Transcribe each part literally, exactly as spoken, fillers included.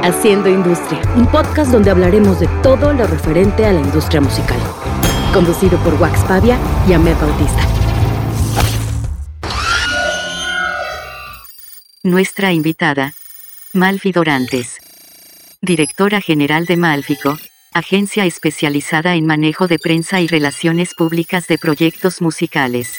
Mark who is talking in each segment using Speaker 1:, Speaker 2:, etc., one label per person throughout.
Speaker 1: Haciendo Industria, un podcast donde hablaremos de todo lo referente a la industria musical. Conducido por Wax Pavia y Ahmed Bautista.
Speaker 2: Nuestra invitada, Malfi Dorantes, directora general de Malfico, agencia especializada en manejo de prensa y relaciones públicas de proyectos musicales.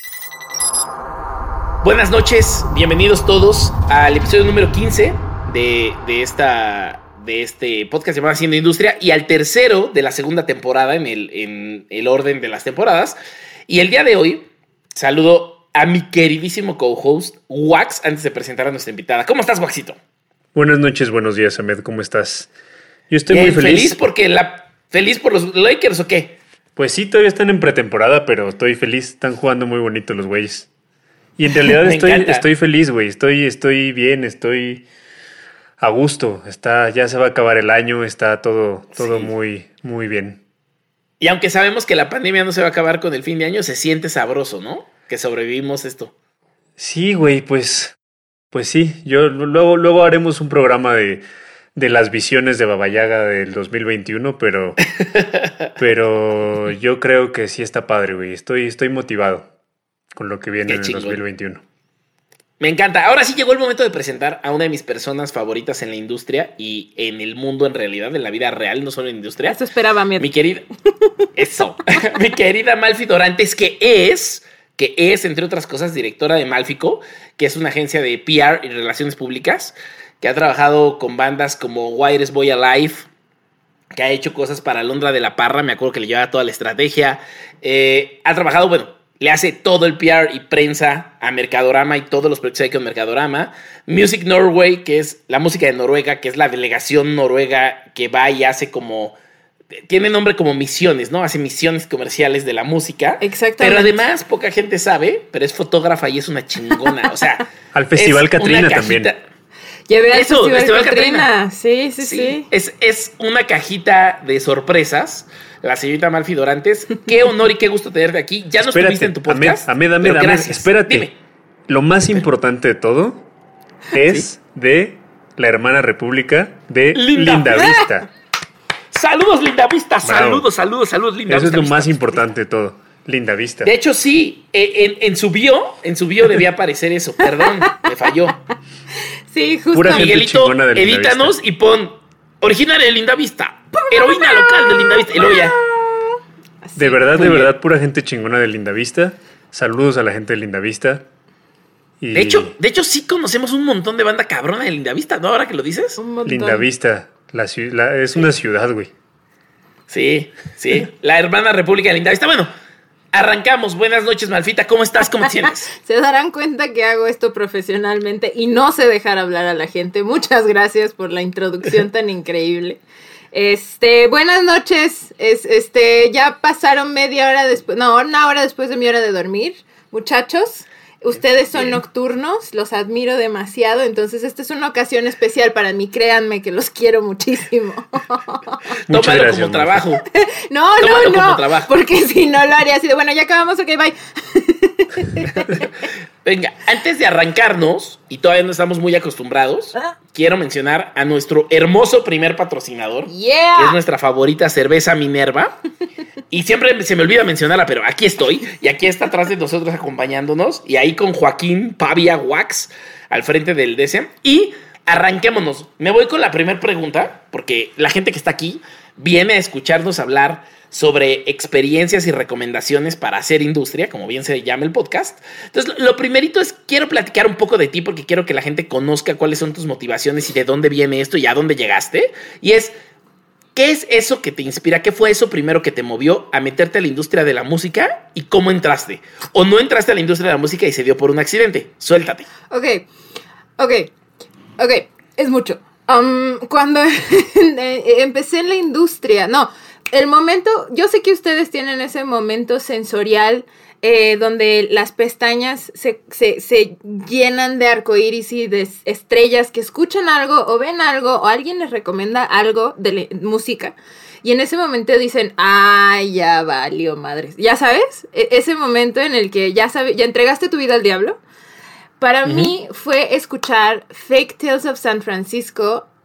Speaker 3: Buenas noches, bienvenidos todos al episodio número quince de, de, esta, de este podcast llamado Haciendo Industria y al tercero de la segunda temporada en el, en el orden de las temporadas. Y el día de hoy saludo a mi queridísimo co-host Wax antes de presentar a nuestra invitada. ¿Cómo estás, Waxito?
Speaker 4: Buenas noches, buenos días, Ahmed, ¿cómo estás? Yo estoy
Speaker 3: Bien,
Speaker 4: muy feliz.
Speaker 3: ¿Feliz porque la, feliz por los Lakers o qué?
Speaker 4: Pues sí, todavía están en pretemporada, pero estoy feliz. Están jugando muy bonito los güeyes. Y en realidad estoy, estoy feliz, güey. Estoy, estoy bien, estoy a gusto. Está, ya se va a acabar el año, está todo, todo sí. muy, muy bien.
Speaker 3: Y aunque sabemos que la pandemia no se va a acabar con el fin de año, se siente sabroso, ¿no? Que sobrevivimos esto.
Speaker 4: Sí, güey, pues, pues sí. Yo luego, luego haremos un programa de, de las visiones de Baba Yaga del dos mil veintiuno, pero, pero yo creo que sí está padre, güey. Estoy, estoy motivado con lo que viene en el dos mil veintiuno.
Speaker 3: Me encanta. Ahora sí llegó el momento de presentar a una de mis personas favoritas en la industria y en el mundo en realidad, en la vida real, no solo en la industria.
Speaker 1: Eso esperaba, mi,
Speaker 3: mi querida. Eso. Mi querida Malfi Dorantes, que es, que es, entre otras cosas, directora de Malfico, que es una agencia de P R y relaciones públicas, que ha trabajado con bandas como Wireless Boy Alive, que ha hecho cosas para Londra de la Parra, me acuerdo que le llevaba toda la estrategia. Eh, ha trabajado, bueno, le hace todo el P R y prensa a Mercadorama y todos los proyectos que hay con Mercadorama. Music Norway, que es la música de Noruega, que es la delegación noruega que va y hace como... Tiene nombre como misiones, ¿no? Hace misiones comerciales de la música.
Speaker 1: Exactamente.
Speaker 3: Pero además poca gente sabe, pero es fotógrafa y es una chingona. O sea...
Speaker 4: Al Festival Catrina también.
Speaker 1: Llevé al
Speaker 3: Eso,
Speaker 1: Festival,
Speaker 3: Festival
Speaker 1: Catrina.
Speaker 3: Catrina.
Speaker 1: Sí, sí, sí, sí.
Speaker 3: Es, es una cajita de sorpresas. La señorita Malfi Dorantes, qué honor y qué gusto tenerte aquí. Ya nos tuviste en tu podcast.
Speaker 4: Ahmed, Ahmed, Ahmed, Ahmed, espérate. Dime. Lo más importante de todo es ¿Sí? de la hermana república de Linda, Linda Vista.
Speaker 3: Saludos, Linda Vista. Wow. Saludos, saludos, saludos, Linda
Speaker 4: Eso
Speaker 3: Vista.
Speaker 4: Eso es lo
Speaker 3: Vista,
Speaker 4: más
Speaker 3: Vista.
Speaker 4: importante de todo. Linda Vista.
Speaker 3: De hecho, sí. En, en su bio, en su bio debía aparecer eso. Perdón, me falló.
Speaker 1: Sí, justo.
Speaker 4: Pura gente
Speaker 3: Miguelito,
Speaker 4: chingona de Linda
Speaker 3: edítanos
Speaker 4: Vista.
Speaker 3: Y pon originaria de Linda Vista. Heroína local de Linda Vista. Y luego ya.
Speaker 4: De verdad, de verdad, pura gente chingona de Linda Vista. Saludos a la gente de Linda Vista. Y...
Speaker 3: De hecho, de hecho, sí conocemos un montón de banda cabrona de Linda Vista, ¿no? Ahora que lo dices.
Speaker 4: Linda Vista, la, la, es una ciudad, güey.
Speaker 3: Sí, sí. La hermana república de Linda Vista. Bueno, arrancamos. Buenas noches, Malfita. ¿Cómo estás? ¿Cómo te sientes?
Speaker 1: Se darán cuenta que hago esto profesionalmente y no sé dejar hablar a la gente. Muchas gracias por la introducción tan increíble. Este, buenas noches. Es, este, ya pasaron media hora después, no, una hora después de mi hora de dormir, muchachos. Ustedes son nocturnos, los admiro demasiado, entonces esta es una ocasión especial para mí, créanme que los quiero muchísimo.
Speaker 3: Tómalo como trabajo.
Speaker 1: No,
Speaker 3: Tómalo
Speaker 1: no,
Speaker 3: como
Speaker 1: no,
Speaker 3: trabajo.
Speaker 1: Porque si no lo haría así de, bueno, ya acabamos, ok, bye.
Speaker 3: Venga, antes de arrancarnos, y todavía no estamos muy acostumbrados, ¿Ah? quiero mencionar a nuestro hermoso primer patrocinador,
Speaker 1: yeah.
Speaker 3: que es nuestra favorita cerveza Minerva. Y siempre se me olvida mencionarla, pero aquí estoy, y aquí está atrás de nosotros acompañándonos, y ahí con Joaquín Pavia Wax al frente del D C. Y arranquémonos. Me voy con la primera pregunta, porque la gente que está aquí viene a escucharnos hablar sobre experiencias y recomendaciones para hacer industria, como bien se llama el podcast. Entonces, lo primerito es, quiero platicar un poco de ti porque quiero que la gente conozca cuáles son tus motivaciones y de dónde viene esto y a dónde llegaste. Y es, ¿qué es eso que te inspira? ¿Qué fue eso primero que te movió a meterte a la industria de la música y cómo entraste? ¿O no entraste a la industria de la música y se dio por un accidente? Suéltate.
Speaker 1: Ok, ok, ok, es mucho. Um, cuando empecé en la industria, no... El momento, yo sé que ustedes tienen ese momento sensorial eh, donde las pestañas se, se, se llenan de arcoíris y de estrellas que escuchan algo o ven algo o alguien les recomienda algo de la música y en ese momento dicen, ay, ya valió madres. ¿Ya sabes? E- ese momento en el que ya sabes, ya entregaste tu vida al diablo. Para uh-huh. mí fue escuchar Fake Tales of San Francisco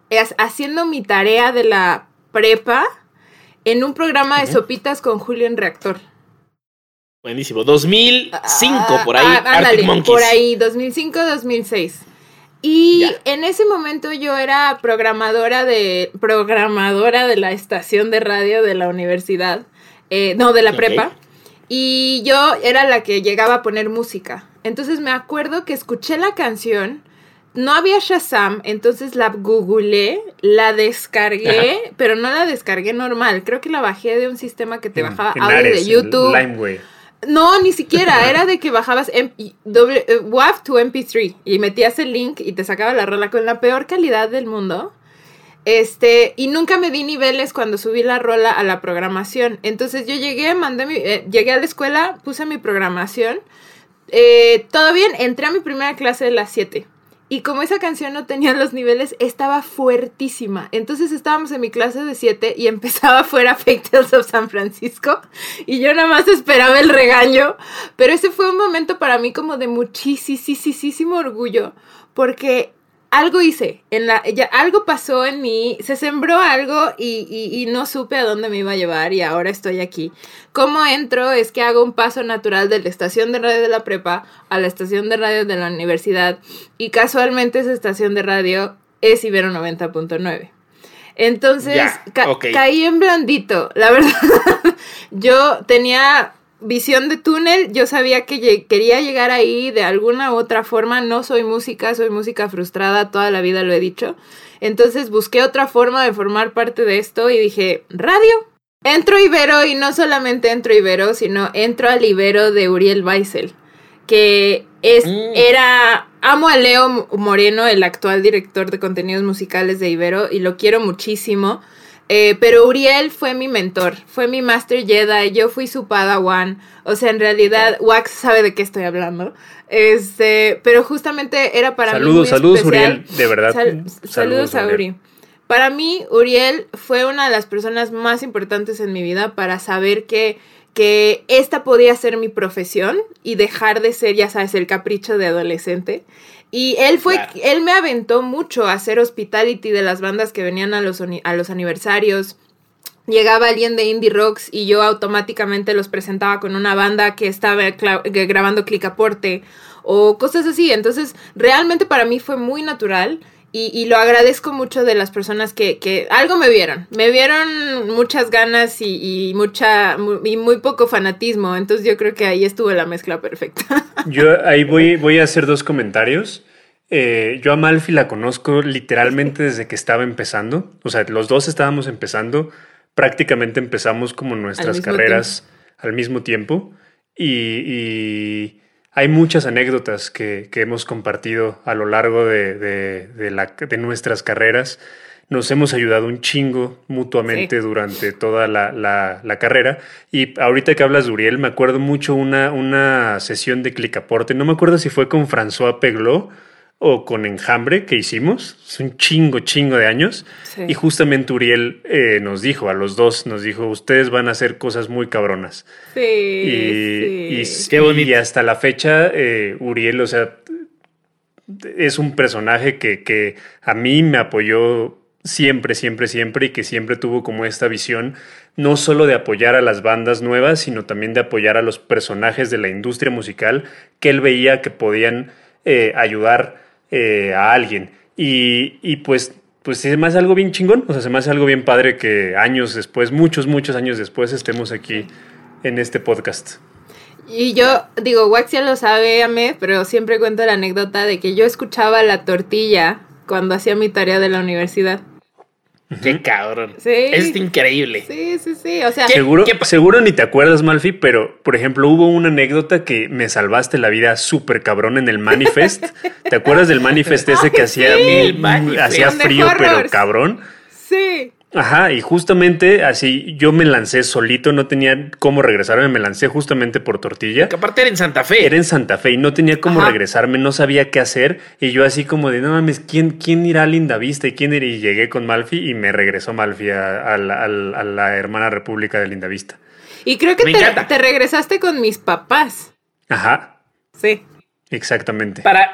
Speaker 1: es, haciendo mi tarea de la prepa en un programa de uh-huh. sopitas con Julio en Reactor.
Speaker 3: Buenísimo. dos mil cinco, ah, por ahí.
Speaker 1: Ah, ándale, por ahí, dos mil cinco, dos mil seis. Y ya. En ese momento yo era programadora de programadora de la estación de radio de la universidad, eh, no, de la okay. prepa, y yo era la que llegaba a poner música. Entonces me acuerdo que escuché la canción, no había Shazam, entonces la googleé, la descargué, ajá. pero no la descargué normal, creo que la bajé de un sistema que te en, bajaba en audio Ares, de YouTube. Limeway. No, ni siquiera, era de que bajabas M- w, uh, W A V to M P tres y metías el link y te sacaba la rola con la peor calidad del mundo. Este, y nunca me di niveles cuando subí la rola a la programación. Entonces yo llegué, mandé mi, eh, llegué a la escuela, puse mi programación, eh, todo bien, entré a mi primera clase de las siete. Y como esa canción no tenía los niveles, estaba fuertísima. Entonces estábamos en mi clase de siete y empezaba fuera Fake Tales of San Francisco. Y yo nada más esperaba el regaño. Pero ese fue un momento para mí como de muchísimo orgullo. Porque algo hice, en la, ya, algo pasó en mí, se sembró algo y, y, y no supe a dónde me iba a llevar y ahora estoy aquí. ¿Cómo entro? Es que hago un paso natural de la estación de radio de la prepa a la estación de radio de la universidad y casualmente esa estación de radio es Ibero noventa punto nueve. Entonces ya, ca- okay. caí en blandito, la verdad. Yo tenía visión de túnel, yo sabía que lleg- quería llegar ahí de alguna u otra forma. No soy música, soy música frustrada, toda la vida lo he dicho. Entonces busqué otra forma de formar parte de esto y dije, radio. Entro a Ibero y no solamente entro a Ibero, sino entro al Ibero de Uriel Weissel, que es, mm. era, amo a Leo Moreno, el actual director de contenidos musicales de Ibero, y lo quiero muchísimo. Eh, pero Uriel fue mi mentor, fue mi Master Jedi, yo fui su Padawan, o sea, en realidad Wax sabe de qué estoy hablando, este, pero justamente era para
Speaker 4: saludos,
Speaker 1: mí muy
Speaker 4: saludos,
Speaker 1: especial.
Speaker 4: Uriel, de verdad. Sal,
Speaker 1: saludos, saludos a Uri. Para mí, Uriel fue una de las personas más importantes en mi vida para saber que, que esta podía ser mi profesión y dejar de ser, ya sabes, el capricho de adolescente. Y él fue, claro. él me aventó mucho a hacer hospitality de las bandas que venían a los, a los aniversarios. Llegaba alguien de Indie Rocks y yo automáticamente los presentaba con una banda que estaba cla- grabando Clicaporte o cosas así. Entonces, realmente para mí fue muy natural y, y lo agradezco mucho de las personas que, que algo me vieron. Me vieron muchas ganas y, y, mucha, y muy poco fanatismo. Entonces, yo creo que ahí estuvo la mezcla perfecta.
Speaker 4: Yo ahí voy, voy a hacer dos comentarios. Eh, yo a Malfi la conozco literalmente desde que estaba empezando. O sea, los dos estábamos empezando. Prácticamente empezamos como nuestras carreras tiempo. al mismo tiempo. Y, y hay muchas anécdotas que, que hemos compartido a lo largo de, de, de, la, de nuestras carreras. Nos hemos ayudado un chingo mutuamente sí. durante toda la, la, la carrera. Y ahorita que hablas de Uriel, me acuerdo mucho una, una sesión de Clicaporte. No me acuerdo si fue con François Peglot o con Enjambre que hicimos. Es un chingo, chingo de años. Sí. Y justamente Uriel eh, nos dijo, a los dos, nos dijo, ustedes van a hacer cosas muy cabronas.
Speaker 1: Sí,
Speaker 4: y,
Speaker 1: sí.
Speaker 4: Y, Qué bonito. Y hasta la fecha, eh, Uriel, o sea, es un personaje que, que a mí me apoyó siempre, siempre, siempre, y que siempre tuvo como esta visión no solo de apoyar a las bandas nuevas, sino también de apoyar a los personajes de la industria musical que él veía que podían eh, ayudar eh, a alguien. Y, y pues, pues se me hace algo bien chingón, o sea, se me hace algo bien padre que años después, muchos, muchos años después, estemos aquí en este podcast.
Speaker 1: Y yo, digo, Wax ya lo sabe, Ahmed, pero siempre cuento la anécdota de que yo escuchaba La Tortilla cuando hacía mi tarea de la universidad.
Speaker 3: Qué cabrón.
Speaker 1: Sí.
Speaker 3: Es increíble.
Speaker 1: Sí, sí, sí. O sea,
Speaker 3: ¿Qué,
Speaker 4: seguro,
Speaker 3: qué...
Speaker 4: seguro ni te acuerdas, Malfi, pero por ejemplo, hubo una anécdota que me salvaste la vida súper cabrón en el Manifest. ¿Te acuerdas del Manifest ese Ay, que hacía,
Speaker 1: sí.
Speaker 4: muy, hacía frío, pero cabrón?
Speaker 1: Sí.
Speaker 4: Ajá, y justamente así yo me lancé solito, no tenía cómo regresarme, me lancé justamente por Tortilla.
Speaker 3: Porque aparte era en Santa Fe.
Speaker 4: Era en Santa Fe y no tenía cómo
Speaker 1: Ajá.
Speaker 4: regresarme, no sabía qué hacer. Y yo así como de, no mames, ¿quién, quién irá a Lindavista? ¿Y quién irá? Y llegué con Malfi y me regresó Malfi a, a, la, a la hermana República de Lindavista.
Speaker 1: Y creo que te, te regresaste con mis papás.
Speaker 4: Ajá.
Speaker 1: Sí.
Speaker 4: Exactamente.
Speaker 3: Para...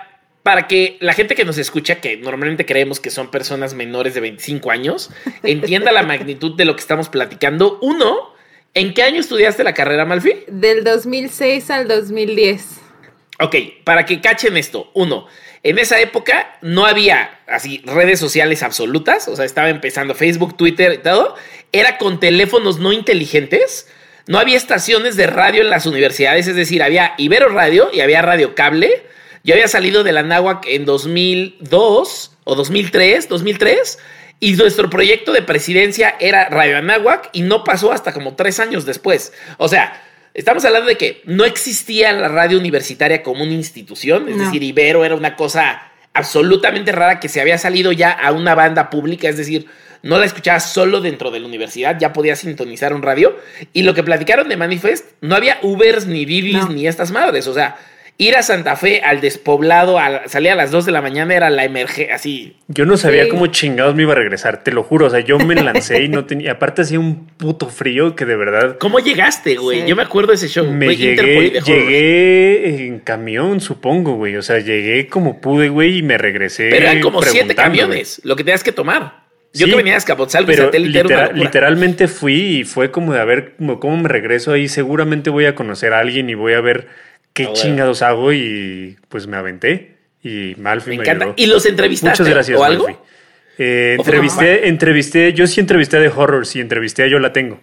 Speaker 3: para que la gente que nos escucha, que normalmente creemos que son personas menores de veinticinco años, entienda la magnitud de lo que estamos platicando. Uno, ¿en qué año estudiaste la carrera, Malfi?
Speaker 1: Del dos mil seis al dos mil diez.
Speaker 3: Ok, para que cachen esto. Uno, en esa época no había así redes sociales absolutas, o sea, estaba empezando Facebook, Twitter y todo. Era con teléfonos no inteligentes. No había estaciones de radio en las universidades, es decir, había Ibero Radio y había Radio Cable. Yo había salido de la Anáhuac en dos mil dos o dos mil tres, dos mil tres, y nuestro proyecto de presidencia era Radio Anáhuac y no pasó hasta como tres años después. O sea, estamos hablando de que no existía la radio universitaria como una institución, es no. decir, Ibero era una cosa absolutamente rara que se había salido ya a una banda pública, es decir, no la escuchabas solo dentro de la universidad, ya podías sintonizar un radio. Y lo que platicaron de Manifest, no había Ubers, ni Didis, no. ni estas madres. O sea, ir a Santa Fe al despoblado, a, salir a las dos de la mañana era la emergencia, así.
Speaker 4: Yo no sabía
Speaker 1: sí.
Speaker 4: cómo chingados me iba a regresar, te lo juro. O sea, yo me lancé y no tenía... Aparte hacía un puto frío que de verdad...
Speaker 3: ¿Cómo llegaste, güey? Sí. Yo me acuerdo de ese show.
Speaker 4: Me
Speaker 3: güey,
Speaker 4: llegué, llegué en camión, supongo, güey. O sea, llegué como pude, güey, y me regresé.
Speaker 3: Pero eran como siete camiones, lo que tenías que tomar. Yo sí, que venía a Escapotzalco y Satélite
Speaker 4: litera,
Speaker 3: era una
Speaker 4: literalmente fui y fue como de a ver cómo, cómo me regreso ahí. Seguramente voy a conocer a alguien y voy a ver qué oh, chingados bueno. hago y pues me aventé. Y Malfi me,
Speaker 3: me encanta.
Speaker 4: ayudó.
Speaker 3: ¿Y los entrevistaste?
Speaker 4: Muchas gracias,
Speaker 3: ¿o algo?
Speaker 4: Malfi. Eh, entrevisté, entrevisté, yo sí entrevisté a The Horror, sí entrevisté a Yo La Tengo.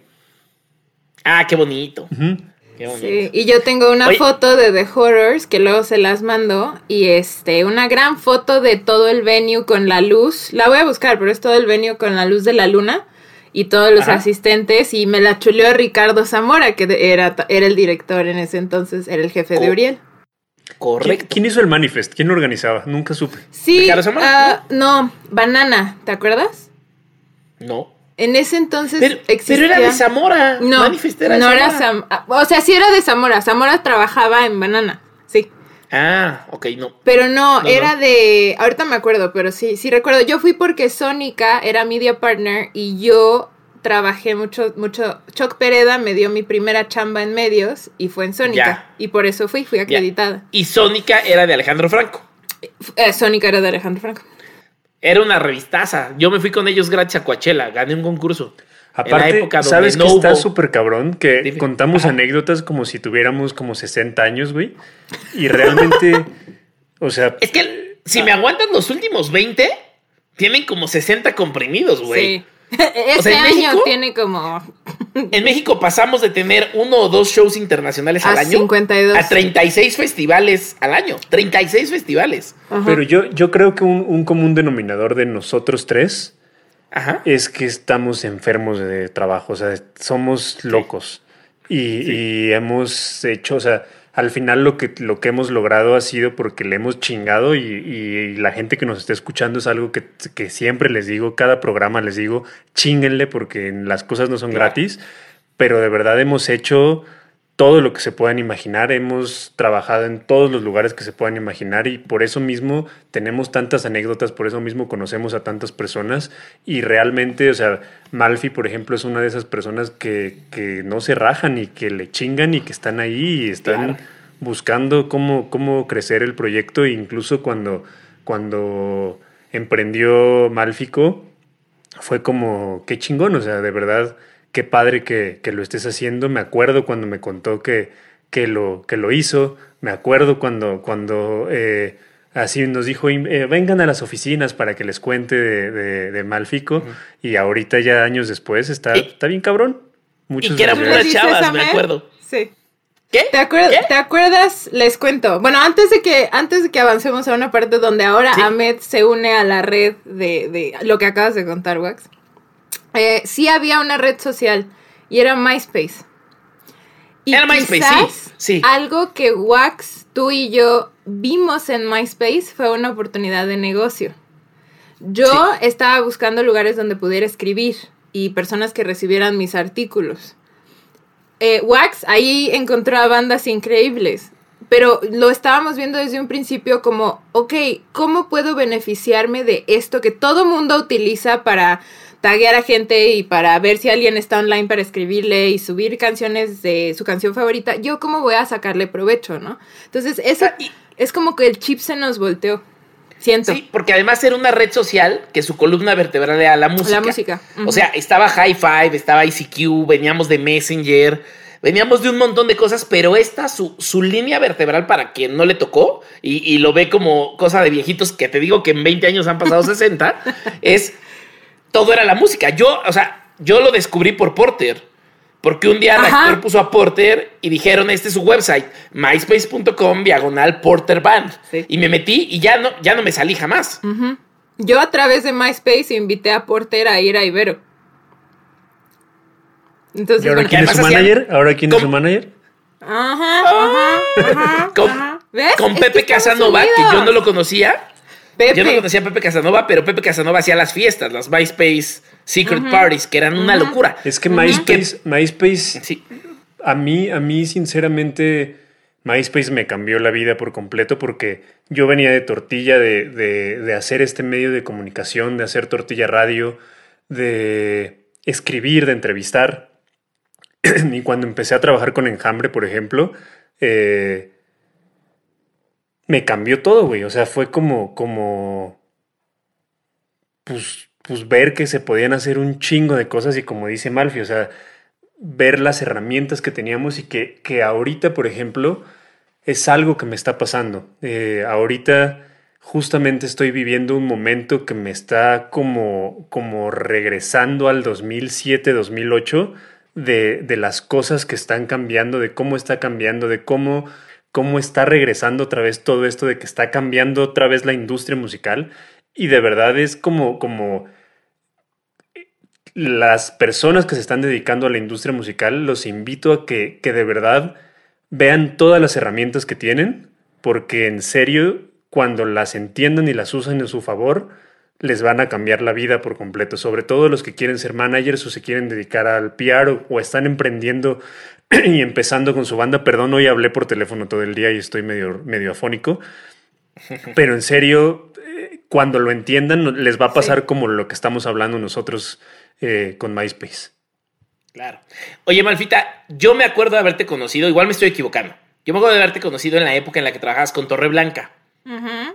Speaker 3: Ah, qué bonito.
Speaker 4: Uh-huh.
Speaker 3: Qué bonito.
Speaker 1: Sí, y yo tengo una Oye. foto de The Horrors que luego se las mando y este, una gran foto de todo el venue con la luz, la voy a buscar, pero es todo el venue con la luz de la luna y todos los Ajá. asistentes y me la chuleó Ricardo Zamora, que era, era el director en ese entonces, era el jefe Co- de Uriel.
Speaker 3: Correcto.
Speaker 4: ¿Quién, ¿Quién hizo el Manifest? ¿Quién lo organizaba? Nunca supe.
Speaker 1: Sí, uh, no, Banana, ¿te acuerdas?
Speaker 3: No.
Speaker 1: En ese entonces
Speaker 3: pero,
Speaker 1: existía...
Speaker 3: pero era de Zamora.
Speaker 1: No,
Speaker 3: Manifest era
Speaker 1: no
Speaker 3: de
Speaker 1: era
Speaker 3: Zamora.
Speaker 1: Zam... O sea, sí era de Zamora. Zamora trabajaba en Banana, sí.
Speaker 3: Ah, ok, no.
Speaker 1: Pero no,
Speaker 3: no
Speaker 1: era
Speaker 3: no.
Speaker 1: de... Ahorita me acuerdo, pero sí, sí recuerdo. Yo fui porque Sónica era media partner y yo trabajé mucho, mucho... Choc Pereda me dio mi primera chamba en medios y fue en Sónica.
Speaker 3: Ya.
Speaker 1: Y por eso fui, fui acreditada.
Speaker 3: Ya. Y Sónica era de Alejandro Franco.
Speaker 1: Eh, Sónica era de Alejandro Franco.
Speaker 3: Era una revistaza. Yo me fui con ellos gracias a Coachella. Gané un concurso.
Speaker 4: Aparte,
Speaker 3: en la época
Speaker 4: ¿sabes
Speaker 3: no
Speaker 4: que
Speaker 3: hubo...
Speaker 4: está súper cabrón? Que
Speaker 3: Dime.
Speaker 4: contamos
Speaker 3: Ajá.
Speaker 4: anécdotas como si tuviéramos como sesenta años, güey. Y realmente, o sea...
Speaker 3: Es que si ah. me aguantan los últimos veinte, tienen como sesenta comprimidos, güey.
Speaker 1: Sí. Este
Speaker 3: o sea,
Speaker 1: año
Speaker 3: México,
Speaker 1: tiene como...
Speaker 3: En México pasamos de tener uno o dos shows internacionales al
Speaker 1: a
Speaker 3: año
Speaker 1: cincuenta y dos.
Speaker 3: a treinta y seis festivales al año. treinta y seis festivales.
Speaker 1: Ajá.
Speaker 4: Pero yo, yo creo que un, un común denominador de nosotros tres
Speaker 3: Ajá.
Speaker 4: es que estamos enfermos de trabajo. O sea, somos locos. Sí. Y, sí. y hemos hecho, o sea... Al final lo que, lo que hemos logrado ha sido porque le hemos chingado y, y la gente que nos está escuchando es algo que, que siempre les digo, cada programa les digo, chínguenle porque las cosas no son claro. gratis, pero de verdad hemos hecho todo lo que se puedan imaginar, hemos trabajado en todos los lugares que se puedan imaginar y por eso mismo tenemos tantas anécdotas, por eso mismo conocemos a tantas personas y realmente, o sea, Malfi, por ejemplo, es una de esas personas que, que no se rajan y que le chingan y que están ahí y están claro. buscando cómo, cómo crecer el proyecto e incluso cuando, cuando emprendió Málfico fue como, qué chingón, o sea, de verdad... Qué padre que, que lo estés haciendo. Me acuerdo cuando me contó que, que, lo, que lo hizo. Me acuerdo cuando, cuando eh, así nos dijo, eh, vengan a las oficinas para que les cuente de, de, de Málfico. Uh-huh. Y ahorita ya años después está, está bien cabrón.
Speaker 3: Muchos y que eran unas chavas, me acuerdo.
Speaker 1: Sí.
Speaker 3: ¿Qué?
Speaker 1: ¿Te acuerdas?
Speaker 3: ¿Qué?
Speaker 1: ¿Te acuerdas? Les cuento. Bueno, antes de que antes de que avancemos a una parte donde ahora ¿Sí? Ahmed se une a la red de, de lo que acabas de contar, Wax. Eh, sí había una red social y era MySpace. Y
Speaker 3: era MySpace, sí, sí.
Speaker 1: Algo que Wax, tú y yo vimos en MySpace fue una oportunidad de negocio. Yo sí. estaba buscando lugares donde pudiera escribir y personas que recibieran mis artículos. Eh, Wax ahí encontró a bandas increíbles, pero lo estábamos viendo desde un principio como, ok, ¿cómo puedo beneficiarme de esto que todo mundo utiliza para taguear a gente y para ver si alguien está online para escribirle y subir canciones de su canción favorita? Yo cómo voy a sacarle provecho, ¿no? Entonces eso ah, y, es como que el chip se nos volteó. Siento.
Speaker 3: Sí, porque además era una red social que su columna vertebral era la música.
Speaker 1: La música. Uh-huh.
Speaker 3: O sea, estaba High Five, estaba I C Q, veníamos de Messenger, veníamos de un montón de cosas, pero esta, su, su línea vertebral, para quien no le tocó y, y lo ve como cosa de viejitos, que te digo que en veinte años han pasado sesenta, es todo era la música. Yo, o sea, yo lo descubrí por Porter. Porque un día Reactor puso a Porter y dijeron, este es su website, myspace punto com diagonal Porter Band. Sí. Y me metí y ya no, ya no me salí jamás.
Speaker 1: Uh-huh. Yo a través de MySpace invité a Porter a ir a Ibero.
Speaker 4: Entonces, ¿y ahora bueno, quién es su manager? Hacían... ¿Ahora quién es su manager?
Speaker 1: Ajá, ajá, ajá,
Speaker 3: con,
Speaker 1: ajá. ¿Ves?
Speaker 3: Con Pepe Casanova, que yo no lo conocía. Pepe. Yo no conocía a Pepe Casanova, pero Pepe Casanova hacía las fiestas, las MySpace Secret uh-huh. Parties, que eran uh-huh. una locura.
Speaker 4: Es que MySpace, uh-huh. MySpace sí. a mí, a mí sinceramente, MySpace me cambió la vida por completo porque yo venía de tortilla, de, de, de hacer este medio de comunicación, de hacer tortilla radio, de escribir, de entrevistar. Y cuando empecé a trabajar con Enjambre, por ejemplo, eh, me cambió todo, güey. O sea, fue como, como, pues, pues ver que se podían hacer un chingo de cosas y como dice Malfi, o sea, ver las herramientas que teníamos y que, que ahorita, por ejemplo, es algo que me está pasando. Eh, ahorita justamente estoy viviendo un momento que me está como, como regresando al dos mil siete, dos mil ocho de, de las cosas que están cambiando, de cómo está cambiando, de cómo... cómo está regresando otra vez todo esto, de que está cambiando otra vez la industria musical. Y de verdad es como, como las personas que se están dedicando a la industria musical, los invito a que, que de verdad vean todas las herramientas que tienen, porque en serio, cuando las entiendan y las usan en su favor, les van a cambiar la vida por completo. Sobre todo los que quieren ser managers o se quieren dedicar al P R o, o están emprendiendo y empezando con su banda. Perdón, hoy hablé por teléfono todo el día y estoy medio, medio afónico. Pero en serio, eh, cuando lo entiendan, les va a pasar sí. como lo que estamos hablando nosotros eh, con MySpace.
Speaker 3: Claro. Oye, Malfita, yo me acuerdo de haberte conocido, igual me estoy equivocando. Yo me acuerdo de haberte conocido en la época en la que trabajabas con Torre Blanca. Uh-huh.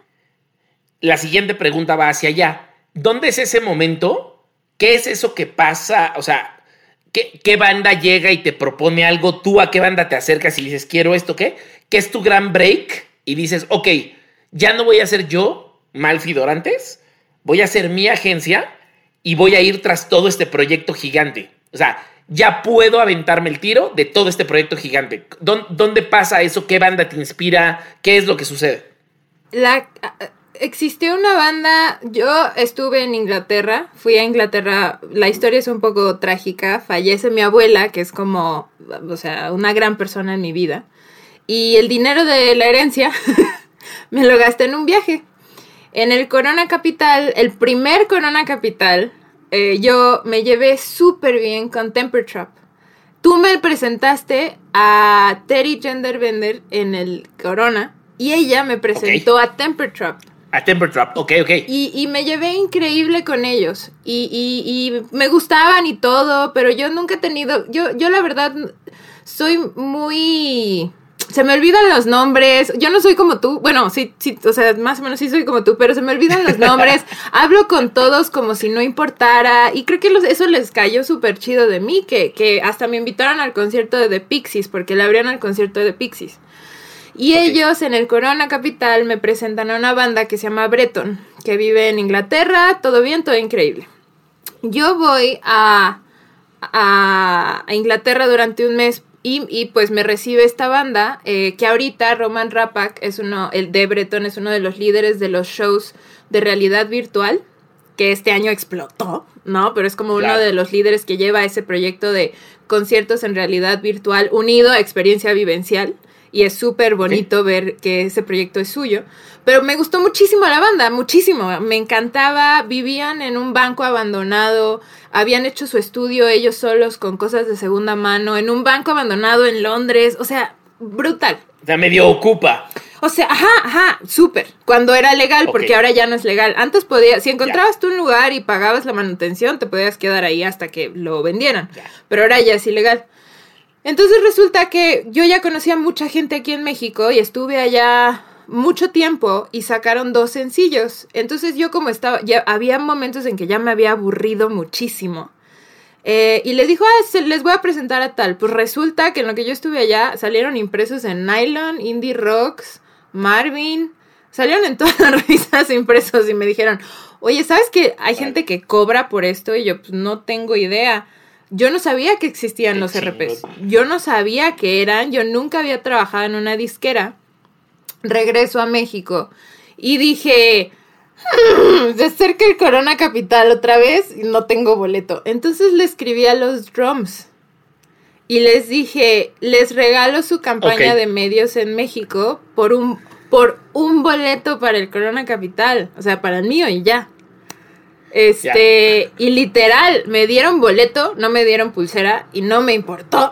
Speaker 3: La siguiente pregunta va hacia allá. ¿Dónde es ese momento? ¿Qué es eso que pasa? O sea, ¿Qué, ¿Qué banda llega y te propone algo? ¿Tú a qué banda te acercas y dices, quiero esto? ¿Qué? ¿Qué es tu gran break? Y dices, ok, ya no voy a ser yo, Malfi Dorantes, voy a hacer mi agencia y voy a ir tras todo este proyecto gigante. O sea, ya puedo aventarme el tiro de todo este proyecto gigante. ¿Dónde pasa eso? ¿Qué banda te inspira? ¿Qué es lo que sucede?
Speaker 1: La... Existió una banda, yo estuve en Inglaterra, fui a Inglaterra, la historia es un poco trágica, fallece mi abuela, que es como, o sea, una gran persona en mi vida, y el dinero de la herencia me lo gasté en un viaje. En el Corona Capital, el primer Corona Capital, eh, yo me llevé súper bien con Temper Trap. Tú me presentaste a Terry Genderbender en el Corona y ella me presentó okay. a Temper Trap.
Speaker 3: A Temper Trap, ok, ok.
Speaker 1: Y, y me llevé increíble con ellos. Y, y, y me gustaban y todo, pero yo nunca he tenido... Yo, yo la verdad soy muy... Se me olvidan los nombres. Yo no soy como tú. Bueno, sí, sí, o sea, más o menos sí soy como tú, pero se me olvidan los nombres. Hablo con todos como si no importara. Y creo que los, eso les cayó súper chido de mí, que, que hasta me invitaron al concierto de The Pixies, porque le abrían al concierto de The Pixies. Y okay. ellos en el Corona Capital me presentan a una banda que se llama Breton, que vive en Inglaterra, todo bien, todo increíble. Yo voy a, a, a Inglaterra durante un mes y, y pues me recibe esta banda, eh, que ahorita Roman Rapak, es uno, el de Breton, es uno de los líderes de los shows de realidad virtual, que este año explotó, ¿no? Pero es como claro. uno de los líderes que lleva ese proyecto de conciertos en realidad virtual unido a experiencia vivencial. Y es súper bonito ¿sí? ver que ese proyecto es suyo. Pero me gustó muchísimo la banda, muchísimo. Me encantaba, vivían en un banco abandonado, habían hecho su estudio ellos solos con cosas de segunda mano, en un banco abandonado en Londres. O sea, brutal.
Speaker 3: O sea, medio ocupa.
Speaker 1: O sea, ajá, ajá, súper. Cuando era legal, okay. porque ahora ya no es legal. Antes podías, si encontrabas ya. tú un lugar y pagabas la manutención, te podías quedar ahí hasta que lo vendieran. Ya. Pero ahora ya es ilegal. Entonces resulta que yo ya conocía a mucha gente aquí en México y estuve allá mucho tiempo y sacaron dos sencillos. Entonces yo como estaba, ya había momentos en que ya me había aburrido muchísimo. Eh, y les dijo, ah, se, les voy a presentar a tal. Pues resulta que en lo que yo estuve allá salieron impresos en Nylon, Indie Rocks, Marvin. Salieron en todas las revistas impresos y me dijeron, oye, ¿sabes que hay gente que cobra por esto? Y yo, pues no tengo idea. Yo no sabía que existían Qué los chingón. R Ps. Yo no sabía que eran. Yo nunca había trabajado en una disquera. Regreso a México y dije, hmm, de cerca el Corona Capital otra vez y no tengo boleto. Entonces le escribí a los Drums y les dije, les regalo su campaña okay. de medios en México por un, por un boleto para el Corona Capital, o sea, para el mío y ya. Este, ya. Y literal, me dieron boleto, no me dieron pulsera y no me importó.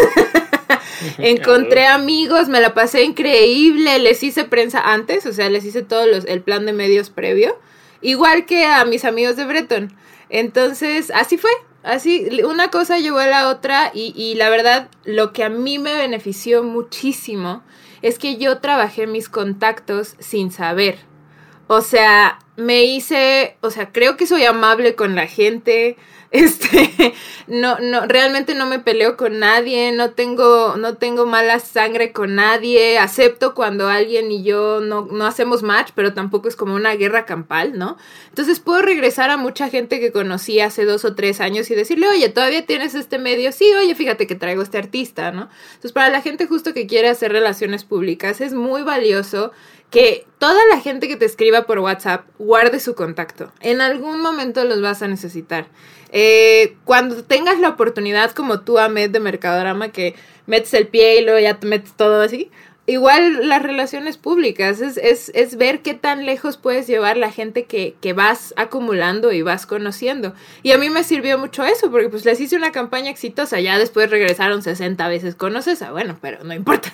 Speaker 1: Encontré amigos, me la pasé increíble, les hice prensa antes, o sea, les hice todo los, el plan de medios previo, igual que a mis amigos de Breton. Entonces, así fue, así, una cosa llevó a la otra y, y la verdad, lo que a mí me benefició muchísimo es que yo trabajé mis contactos sin saber. O sea, me hice, o sea, creo que soy amable con la gente. Este, no, no, realmente no me peleo con nadie, no tengo, no tengo mala sangre con nadie, acepto cuando alguien y yo no, no hacemos match, pero tampoco es como una guerra campal, ¿no? Entonces puedo regresar a mucha gente que conocí hace dos o tres años y decirle, oye, ¿todavía tienes este medio? Sí, oye, fíjate que traigo este artista, ¿no? Entonces para la gente justo que quiere hacer relaciones públicas es muy valioso que toda la gente que te escriba por WhatsApp guarde su contacto. En algún momento los vas a necesitar. Eh, cuando tengas la oportunidad, como tú, Ahmed, de Mercadorama, que metes el pie y luego ya te metes todo así, igual las relaciones públicas, es, es, es ver qué tan lejos puedes llevar la gente que, que vas acumulando y vas conociendo. Y a mí me sirvió mucho eso, porque pues les hice una campaña exitosa, ya después regresaron sesenta veces con Ocesa, bueno, pero no importa.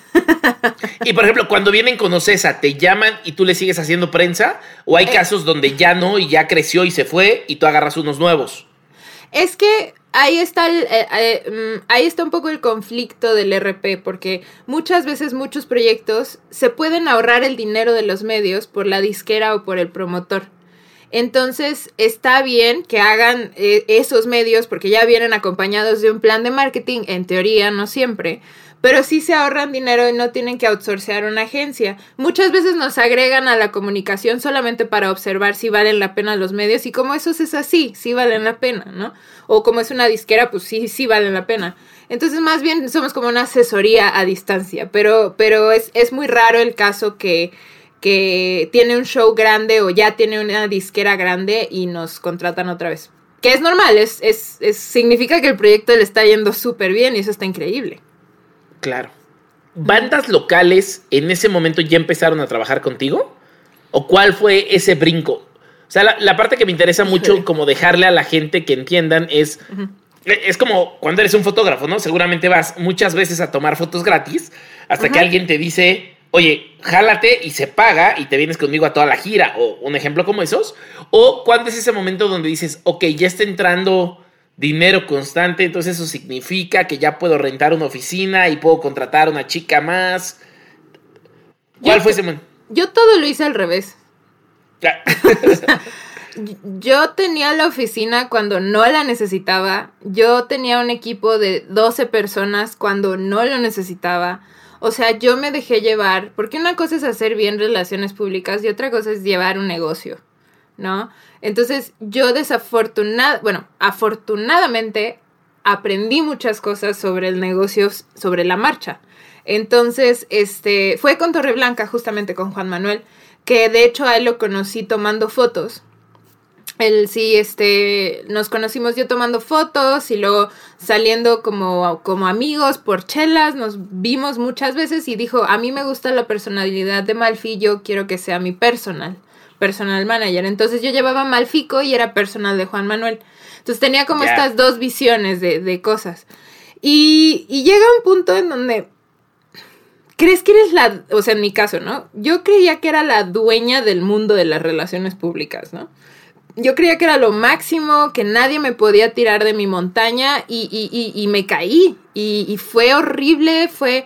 Speaker 3: Y por ejemplo, cuando vienen con Ocesa, ¿te llaman y tú le sigues haciendo prensa? ¿O hay eh, casos donde ya no y ya creció y se fue y tú agarras unos nuevos?
Speaker 1: Es que ahí está el, eh, eh, ahí está un poco el conflicto del R P, porque muchas veces muchos proyectos se pueden ahorrar el dinero de los medios por la disquera o por el promotor. Entonces está bien que hagan eh, esos medios porque ya vienen acompañados de un plan de marketing, en teoría, no siempre, pero sí se ahorran dinero y no tienen que outsourcear una agencia. Muchas veces nos agregan a la comunicación solamente para observar si valen la pena los medios, y como eso es así, sí valen la pena, ¿no? O como es una disquera, pues sí, sí valen la pena. Entonces más bien somos como una asesoría a distancia, pero, pero es, es muy raro el caso que, que tiene un show grande o ya tiene una disquera grande y nos contratan otra vez. Que es normal, es, es, es, significa que el proyecto le está yendo súper bien y eso está increíble.
Speaker 3: Claro. ¿Bandas locales en ese momento ya empezaron a trabajar contigo? ¿O cuál fue ese brinco? O sea, la, la parte que me interesa mucho, sí, como dejarle a la gente que entiendan es... Uh-huh. Es como cuando eres un fotógrafo, ¿no? Seguramente vas muchas veces a tomar fotos gratis hasta uh-huh. que alguien te dice, oye, jálate y se paga y te vienes conmigo a toda la gira. O un ejemplo como esos. O cuando es ese momento donde dices, ok, ya está entrando dinero constante, entonces eso significa que ya puedo rentar una oficina y puedo contratar a una chica más. ¿Cuál yo, fue ese momento?
Speaker 1: Yo todo lo hice al revés. O sea, yo tenía la oficina cuando no la necesitaba. Yo tenía un equipo de doce personas cuando no lo necesitaba. O sea, yo me dejé llevar, porque una cosa es hacer bien relaciones públicas y otra cosa es llevar un negocio, ¿no? Entonces yo desafortunadamente, bueno, afortunadamente aprendí muchas cosas sobre el negocio, sobre la marcha. Entonces, este, fue con Torreblanca, justamente con Juan Manuel, que de hecho a él lo conocí tomando fotos. Él sí, este, nos conocimos yo tomando fotos y luego saliendo como, como amigos por chelas, nos vimos muchas veces y dijo, a mí me gusta la personalidad de Malfi, yo quiero que sea mi personal. personal manager. Entonces yo llevaba Malfico y era personal de Juan Manuel. Entonces tenía como yeah. estas dos visiones de, de cosas. Y, y llega un punto en donde crees que eres la... O sea, en mi caso, ¿no? Yo creía que era la dueña del mundo de las relaciones públicas, ¿no? Yo creía que era lo máximo, que nadie me podía tirar de mi montaña y, y, y, y me caí. Y, y fue horrible, fue...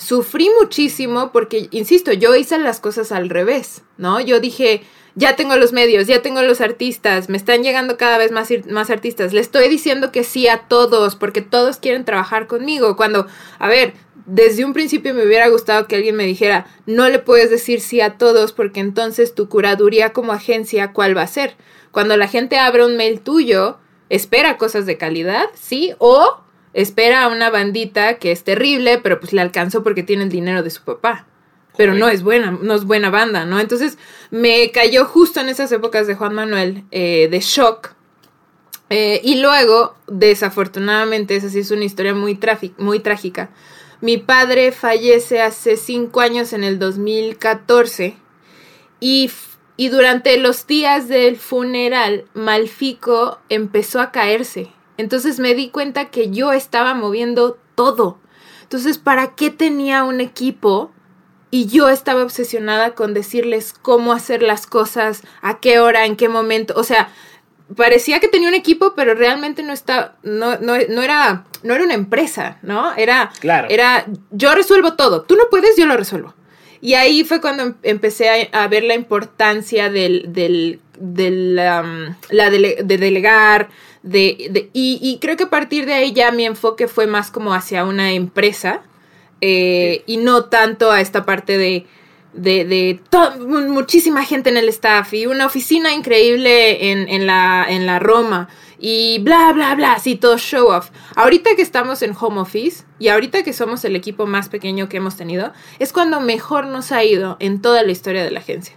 Speaker 1: sufrí muchísimo porque, insisto, yo hice las cosas al revés, ¿no? Yo dije, ya tengo los medios, ya tengo los artistas, me están llegando cada vez más, más artistas, le estoy diciendo que sí a todos porque todos quieren trabajar conmigo, cuando, a ver, desde un principio me hubiera gustado que alguien me dijera, no le puedes decir sí a todos porque entonces tu curaduría como agencia, ¿cuál va a ser? Cuando la gente abre un mail tuyo, espera cosas de calidad, ¿sí? O espera a una bandita que es terrible, pero pues le alcanzó porque tiene el dinero de su papá. Pero no es buena, no es buena banda, ¿no? Entonces me cayó justo en esas épocas de Juan Manuel, eh, de shock. Eh, y luego, desafortunadamente, esa sí es una historia muy, trafi- muy trágica. Mi padre fallece hace cinco años, en el dos mil catorce, y, y durante los días del funeral, Malfico empezó a caerse. Entonces me di cuenta que yo estaba moviendo todo. Entonces, ¿para qué tenía un equipo? Y yo estaba obsesionada con decirles cómo hacer las cosas, a qué hora, en qué momento. O sea, parecía que tenía un equipo, pero realmente no estaba, no, no, no era, no era una empresa, ¿no? Era,
Speaker 3: claro.
Speaker 1: era, yo resuelvo todo. Tú no puedes, yo lo resuelvo. Y ahí fue cuando empecé a, a ver la importancia del, del, del um, la dele, de delegar, de, de y, y creo que a partir de ahí ya mi enfoque fue más como hacia una empresa, eh, sí. Y no tanto a esta parte de de, de to- muchísima gente en el staff y una oficina increíble en, en, la, en la Roma y bla, bla, bla, así todo show off. Ahorita que estamos en home office y ahorita que somos el equipo más pequeño que hemos tenido, es cuando mejor nos ha ido en toda la historia de la agencia.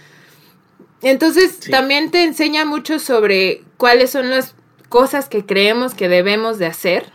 Speaker 1: Entonces, sí. También te enseña mucho sobre cuáles son las cosas que creemos que debemos de hacer.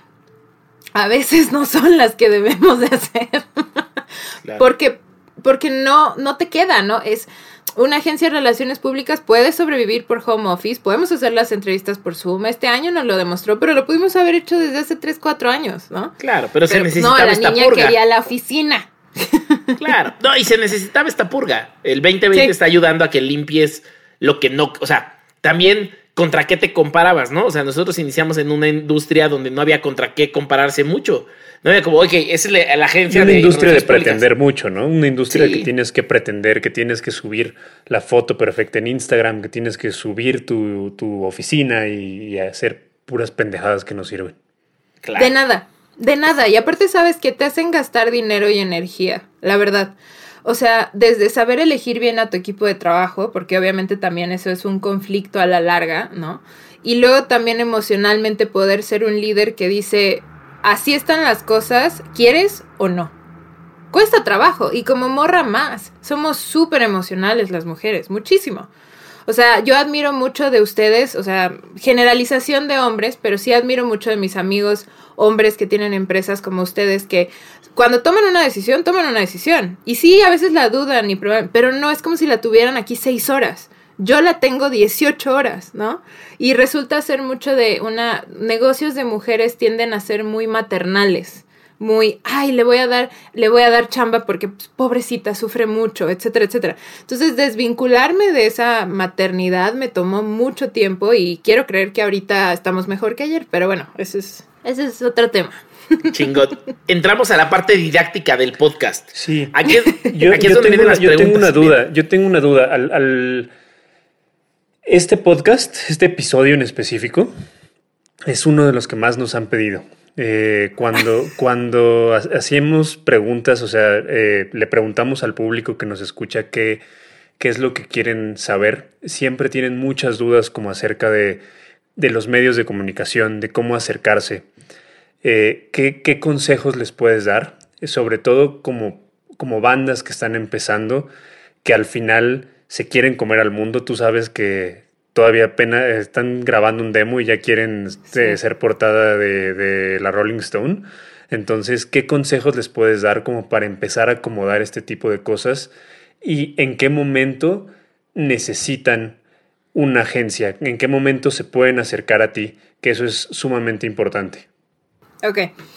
Speaker 1: A veces no son las que debemos de hacer. Claro. Porque Porque no, no te queda, ¿no? Es una agencia de relaciones públicas puede sobrevivir por home office, podemos hacer las entrevistas por Zoom. Este año nos lo demostró, pero lo pudimos haber hecho desde hace tres, cuatro años, ¿no?
Speaker 3: Claro, pero, pero se necesitaba
Speaker 1: no, la
Speaker 3: esta
Speaker 1: niña
Speaker 3: purga.
Speaker 1: Quería la oficina.
Speaker 3: Claro, no, y se necesitaba esta purga. El veinte veinte sí. Está ayudando a que limpies lo que no, o sea, también contra qué te comparabas, ¿no? O sea, nosotros iniciamos en una industria donde no había contra qué compararse mucho. No había como, ok, esa es la, la agencia
Speaker 4: una
Speaker 3: de... Una
Speaker 4: industria de pretender mucho, ¿no? Una industria sí. que tienes que pretender, que tienes que subir la foto perfecta en Instagram, que tienes que subir tu, tu oficina y, y hacer puras pendejadas que no sirven.
Speaker 1: Claro. De nada, de nada. Y aparte sabes que te hacen gastar dinero y energía, la verdad. O sea, desde saber elegir bien a tu equipo de trabajo, porque obviamente también eso es un conflicto a la larga, ¿no? Y luego también emocionalmente poder ser un líder que dice, así están las cosas, ¿quieres o no? Cuesta trabajo, y como morra más, somos súper emocionales las mujeres, muchísimo. O sea, yo admiro mucho de ustedes, o sea, generalización de hombres, pero sí admiro mucho de mis amigos hombres que tienen empresas como ustedes, que cuando toman una decisión, toman una decisión. Y sí, a veces la dudan, y prueban, pero no es como si la tuvieran aquí seis horas. Yo la tengo dieciocho horas, ¿no? Y resulta ser mucho de una... Negocios de mujeres tienden a ser muy maternales. Muy, ay, le voy a dar, le voy a dar chamba porque pues, pobrecita, sufre mucho, etcétera, etcétera. Entonces, desvincularme de esa maternidad me tomó mucho tiempo y quiero creer que ahorita estamos mejor que ayer, pero bueno, ese es, ese es otro tema.
Speaker 3: Chingón. Entramos a la parte didáctica del podcast.
Speaker 4: Sí.
Speaker 3: Aquí,
Speaker 4: yo,
Speaker 3: aquí
Speaker 4: yo
Speaker 3: es donde
Speaker 4: tengo,
Speaker 3: vienen las
Speaker 4: yo
Speaker 3: preguntas.
Speaker 4: Tengo una duda, yo tengo una duda. Al, al, este podcast, este episodio en específico, es uno de los que más nos han pedido. Eh, cuando, cuando hacíamos preguntas, o sea, eh, le preguntamos al público que nos escucha qué, qué es lo que quieren saber, siempre tienen muchas dudas como acerca de, de los medios de comunicación, de cómo acercarse. Eh, ¿qué, ¿Qué consejos les puedes dar? Sobre todo como, como bandas que están empezando, que al final se quieren comer al mundo. Tú sabes que todavía apenas están grabando un demo y ya quieren sí. ser portada de, de la Rolling Stone. Entonces, ¿qué consejos les puedes dar como para empezar a acomodar este tipo de cosas? ¿Y en qué momento necesitan una agencia? ¿En qué momento se pueden acercar a ti? Que eso es sumamente importante.
Speaker 1: Ok.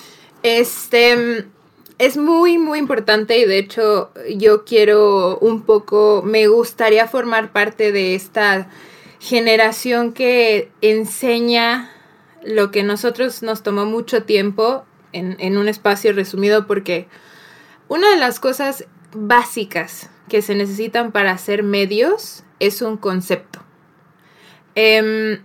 Speaker 1: Este... Es muy, muy importante y de hecho yo quiero un poco... Me gustaría formar parte de esta... generación que enseña lo que nosotros nos tomó mucho tiempo en, en un espacio resumido, porque Una de las cosas básicas que se necesitan para hacer medios es un concepto. Eh,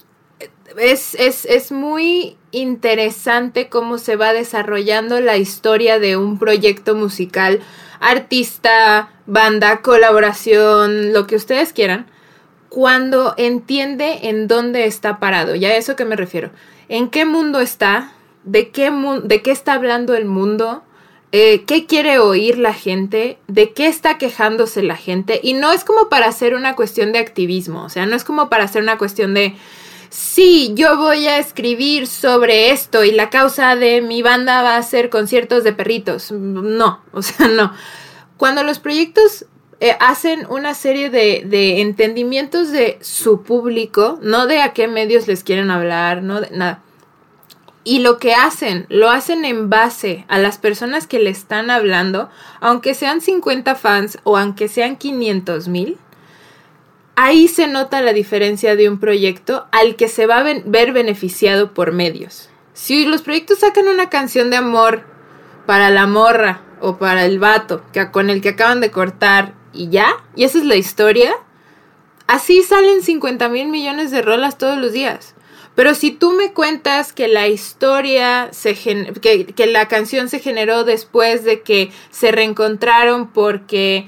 Speaker 1: es, es, es muy interesante cómo se va desarrollando la historia de un proyecto musical, artista, banda, colaboración, lo que ustedes quieran, cuando entiende en dónde está parado. ¿Y a eso qué me refiero? ¿En qué mundo está? ¿De qué, mu- de qué está hablando el mundo? Eh, ¿Qué quiere oír la gente? ¿De qué está quejándose la gente? Y no es como para hacer una cuestión de activismo, o sea, no es como para hacer una cuestión de sí, yo voy a escribir sobre esto y la causa de mi banda va a ser conciertos de perritos. No, o sea, no. Cuando los proyectos eh, hacen una serie de, de entendimientos de su público, no de a qué medios les quieren hablar, no de nada. Y lo que hacen, lo hacen en base a las personas que le están hablando, aunque sean cincuenta fans o aunque sean quinientos mil, ahí se nota la diferencia de un proyecto al que se va a ben- ver beneficiado por medios. Si los proyectos sacan una canción de amor para la morra o para el vato que, con el que acaban de cortar y ya, y esa es la historia, así salen cincuenta mil millones de rolas todos los días. Pero si tú me cuentas que la historia, se gen- que, que la canción se generó después de que se reencontraron porque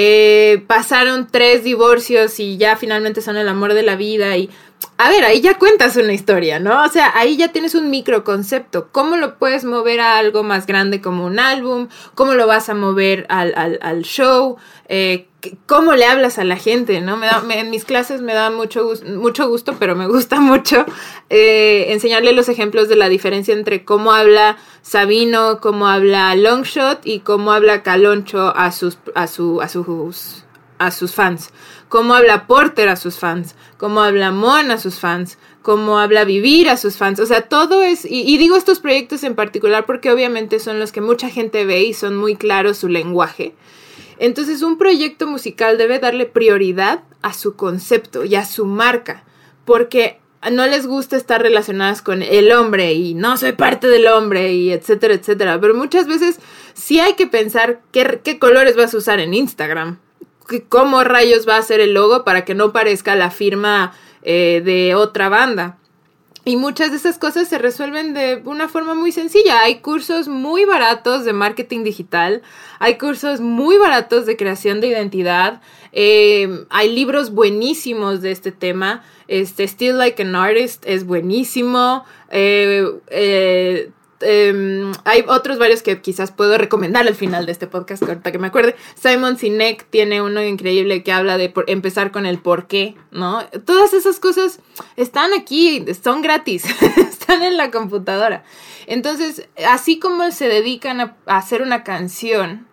Speaker 1: eh, pasaron tres divorcios y ya finalmente son el amor de la vida y... A ver, ahí ya cuentas una historia, ¿no? O sea, ahí ya tienes un microconcepto. ¿Cómo lo puedes mover a algo más grande como un álbum? ¿Cómo lo vas a mover al, al, al show? Eh, ¿Cómo le hablas a la gente, no? Me da, me, en mis clases me da mucho, mucho gusto, pero me gusta mucho eh, enseñarle los ejemplos de la diferencia entre cómo habla Sabino, cómo habla Longshot y cómo habla Caloncho a sus, a su, a sus, a sus fans. Cómo habla Porter a sus fans, cómo habla Mon a sus fans, cómo habla Vivir a sus fans. O sea, todo es... Y, y digo estos proyectos en particular porque obviamente son los que mucha gente ve y son muy claros su lenguaje. Entonces, un proyecto musical debe darle prioridad a su concepto y a su marca, porque no les gusta estar relacionadas con el hombre y no soy parte del hombre y etcétera, etcétera. Pero muchas veces sí hay que pensar qué, qué colores vas a usar en Instagram. ¿Cómo rayos va a ser el logo para que no parezca la firma eh, de otra banda? Y muchas de esas cosas se resuelven de una forma muy sencilla. Hay cursos muy baratos de marketing digital, hay cursos muy baratos de creación de identidad, eh, hay libros buenísimos de este tema. Este, Still Like an Artist es buenísimo. Eh, eh, Um, hay otros varios que quizás puedo recomendar al final de este podcast, ahorita que me acuerde. Simon Sinek tiene uno increíble que habla de por empezar con el por qué, ¿no? Todas esas cosas están aquí, son gratis, están en la computadora. Entonces, así como se dedican a, a hacer una canción,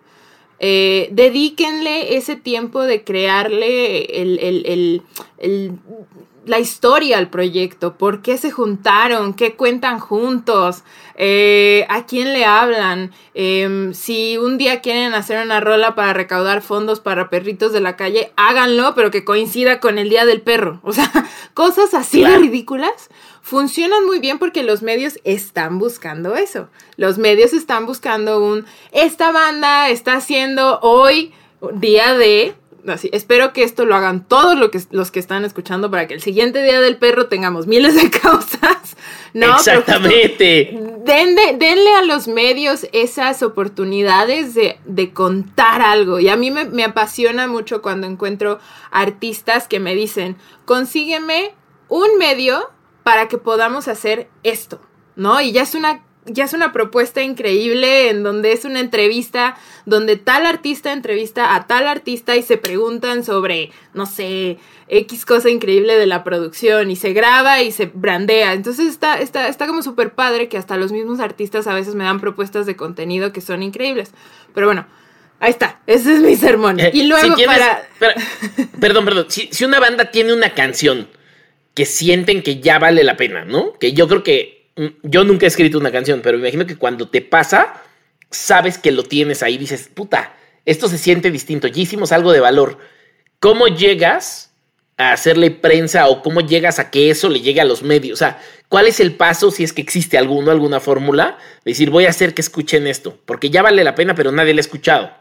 Speaker 1: eh, dedíquenle ese tiempo de crearle el, el, el, el la historia al proyecto, por qué se juntaron, qué cuentan juntos, eh, a quién le hablan, eh, si un día quieren hacer una rola para recaudar fondos para perritos de la calle, háganlo, pero que coincida con el Día del Perro. O sea, cosas así claro. de ridículas funcionan muy bien porque los medios están buscando eso. Los medios están buscando un, esta banda está haciendo hoy día de... Así, espero que esto lo hagan todos lo que, los que están escuchando para que el siguiente Día del Perro tengamos miles de causas, ¿no?
Speaker 3: Exactamente.
Speaker 1: Denle, denle a los medios esas oportunidades de, de contar algo. Y a mí me, me apasiona mucho cuando encuentro artistas que me dicen, consígueme un medio para que podamos hacer esto, ¿no? Y ya es una... ya es una propuesta increíble en donde es una entrevista donde tal artista entrevista a tal artista y se preguntan sobre, no sé, X cosa increíble de la producción y se graba y se brandea. Entonces está, está, está como súper padre que hasta los mismos artistas a veces me dan propuestas de contenido que son increíbles. Pero bueno, ahí está, ese es mi sermón.
Speaker 3: Eh,
Speaker 1: y luego
Speaker 3: si tienes,
Speaker 1: para...
Speaker 3: para... Perdón, perdón, si, si una banda tiene una canción que sienten que ya vale la pena, ¿no? Que yo creo que yo nunca he escrito una canción, pero me imagino que cuando te pasa, sabes que lo tienes ahí, dices, puta, esto se siente distinto, ya hicimos algo de valor. ¿Cómo llegas a hacerle prensa o cómo llegas a que eso le llegue a los medios? O sea, ¿cuál es el paso, si es que existe alguno, alguna fórmula? De decir, voy a hacer que escuchen esto, porque ya vale la pena, pero nadie lo ha escuchado.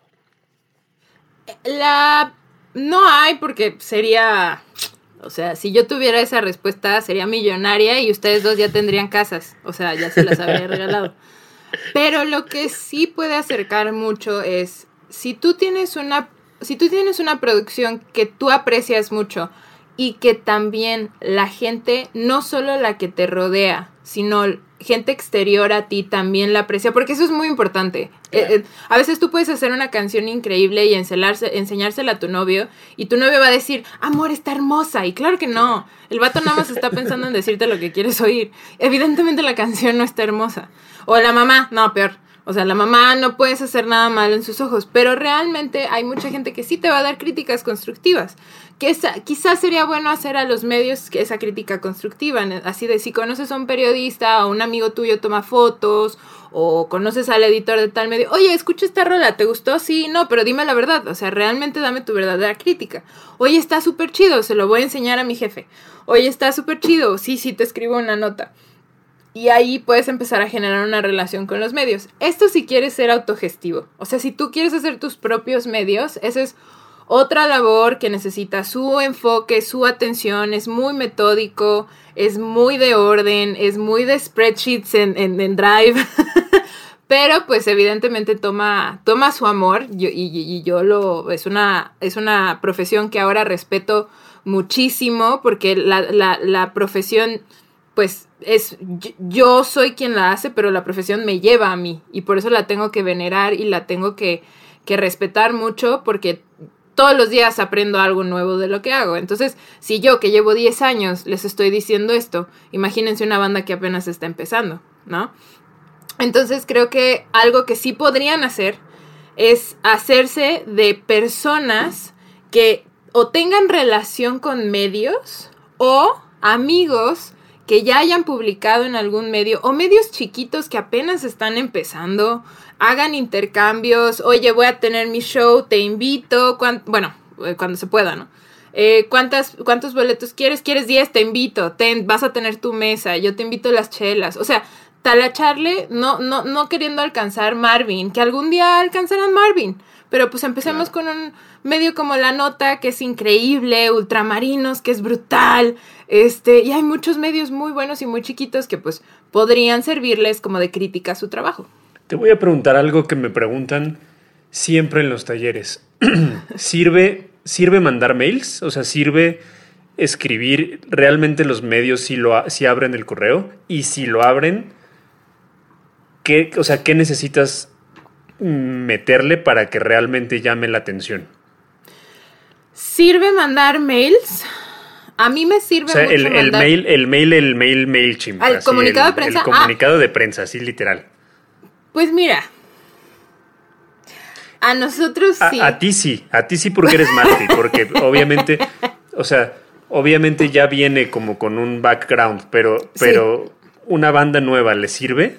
Speaker 1: La... No hay, porque sería... O sea, si yo tuviera esa respuesta, sería millonaria y ustedes dos ya tendrían casas. O sea, ya se las habría regalado. Pero lo que sí puede acercar mucho es, si tú tienes una, si tú tienes una producción que tú aprecias mucho y que también la gente, no solo la que te rodea, sino gente exterior a ti también la aprecia, porque eso es muy importante. Claro. Eh, eh, a veces tú puedes hacer una canción increíble y enseñarse, enseñársela a tu novio, y tu novio va a decir, amor, está hermosa, y claro que no, el vato nada más está pensando en decirte lo que quieres oír. Evidentemente la canción no está hermosa. O la mamá, no, peor. O sea, la mamá no puedes hacer nada malo en sus ojos, pero realmente hay mucha gente que sí te va a dar críticas constructivas. Que esa, quizás sería bueno hacer a los medios que esa crítica constructiva, así de si conoces a un periodista o un amigo tuyo toma fotos o conoces al editor de tal medio, oye, escucha esta rola, ¿te gustó? Sí, no, pero dime la verdad, o sea, realmente dame tu verdadera crítica. Oye, está súper chido, se lo voy a enseñar a mi jefe. Oye, está súper chido, sí, sí, te escribo una nota. Y ahí puedes empezar a generar una relación con los medios. Esto si quieres ser autogestivo. O sea, si tú quieres hacer tus propios medios, esa es otra labor que necesita su enfoque, su atención, es muy metódico, es muy de orden, es muy de spreadsheets en, en, en Drive. Pero pues evidentemente toma, toma su amor yo, y, y yo lo... Es una, es una profesión que ahora respeto muchísimo porque la, la, la profesión... pues es yo soy quien la hace, pero la profesión me lleva a mí y por eso la tengo que venerar y la tengo que, que respetar mucho porque todos los días aprendo algo nuevo de lo que hago. Entonces, si yo que llevo diez años les estoy diciendo esto, imagínense una banda que apenas está empezando, ¿no? Entonces creo que algo que sí podrían hacer es hacerse de personas que o tengan relación con medios o amigos que ya hayan publicado en algún medio, o medios chiquitos que apenas están empezando, hagan intercambios, oye, voy a tener mi show, te invito, cuan, bueno, cuando se pueda, ¿no? Eh, ¿cuántas, ¿Cuántos boletos quieres? ¿Quieres diez? Te invito, ten, vas a tener tu mesa, yo te invito a las chelas, o sea, talacharle, no, no, no queriendo alcanzar Marvin, que algún día alcanzarán Marvin, pero pues empecemos claro. Con un medio como La Nota, que es increíble, Ultramarinos, que es brutal, este, y hay muchos medios muy buenos y muy chiquitos que pues podrían servirles como de crítica a su trabajo.
Speaker 4: Te voy a preguntar algo que me preguntan siempre en los talleres. ¿Sirve, ¿Sirve mandar mails? O sea, ¿sirve escribir? ¿Realmente los medios si, lo, si abren el correo? Y si lo abren, ¿qué, o sea, ¿qué necesitas meterle para que realmente llame la atención?
Speaker 1: ¿Sirve mandar mails? A mí me sirve
Speaker 4: o sea,
Speaker 1: mucho
Speaker 4: el, el
Speaker 1: mandar...
Speaker 4: mail, el mail, el mail, MailChimp.
Speaker 1: ¿Al
Speaker 4: así,
Speaker 1: comunicado
Speaker 4: el,
Speaker 1: de prensa?
Speaker 4: El comunicado
Speaker 1: ah.
Speaker 4: de prensa, así literal.
Speaker 1: Pues mira, a nosotros sí.
Speaker 4: A, a ti sí, a ti sí porque eres Marty, porque obviamente, o sea, obviamente ya viene como con un background, pero, pero sí. Una banda nueva, ¿le sirve?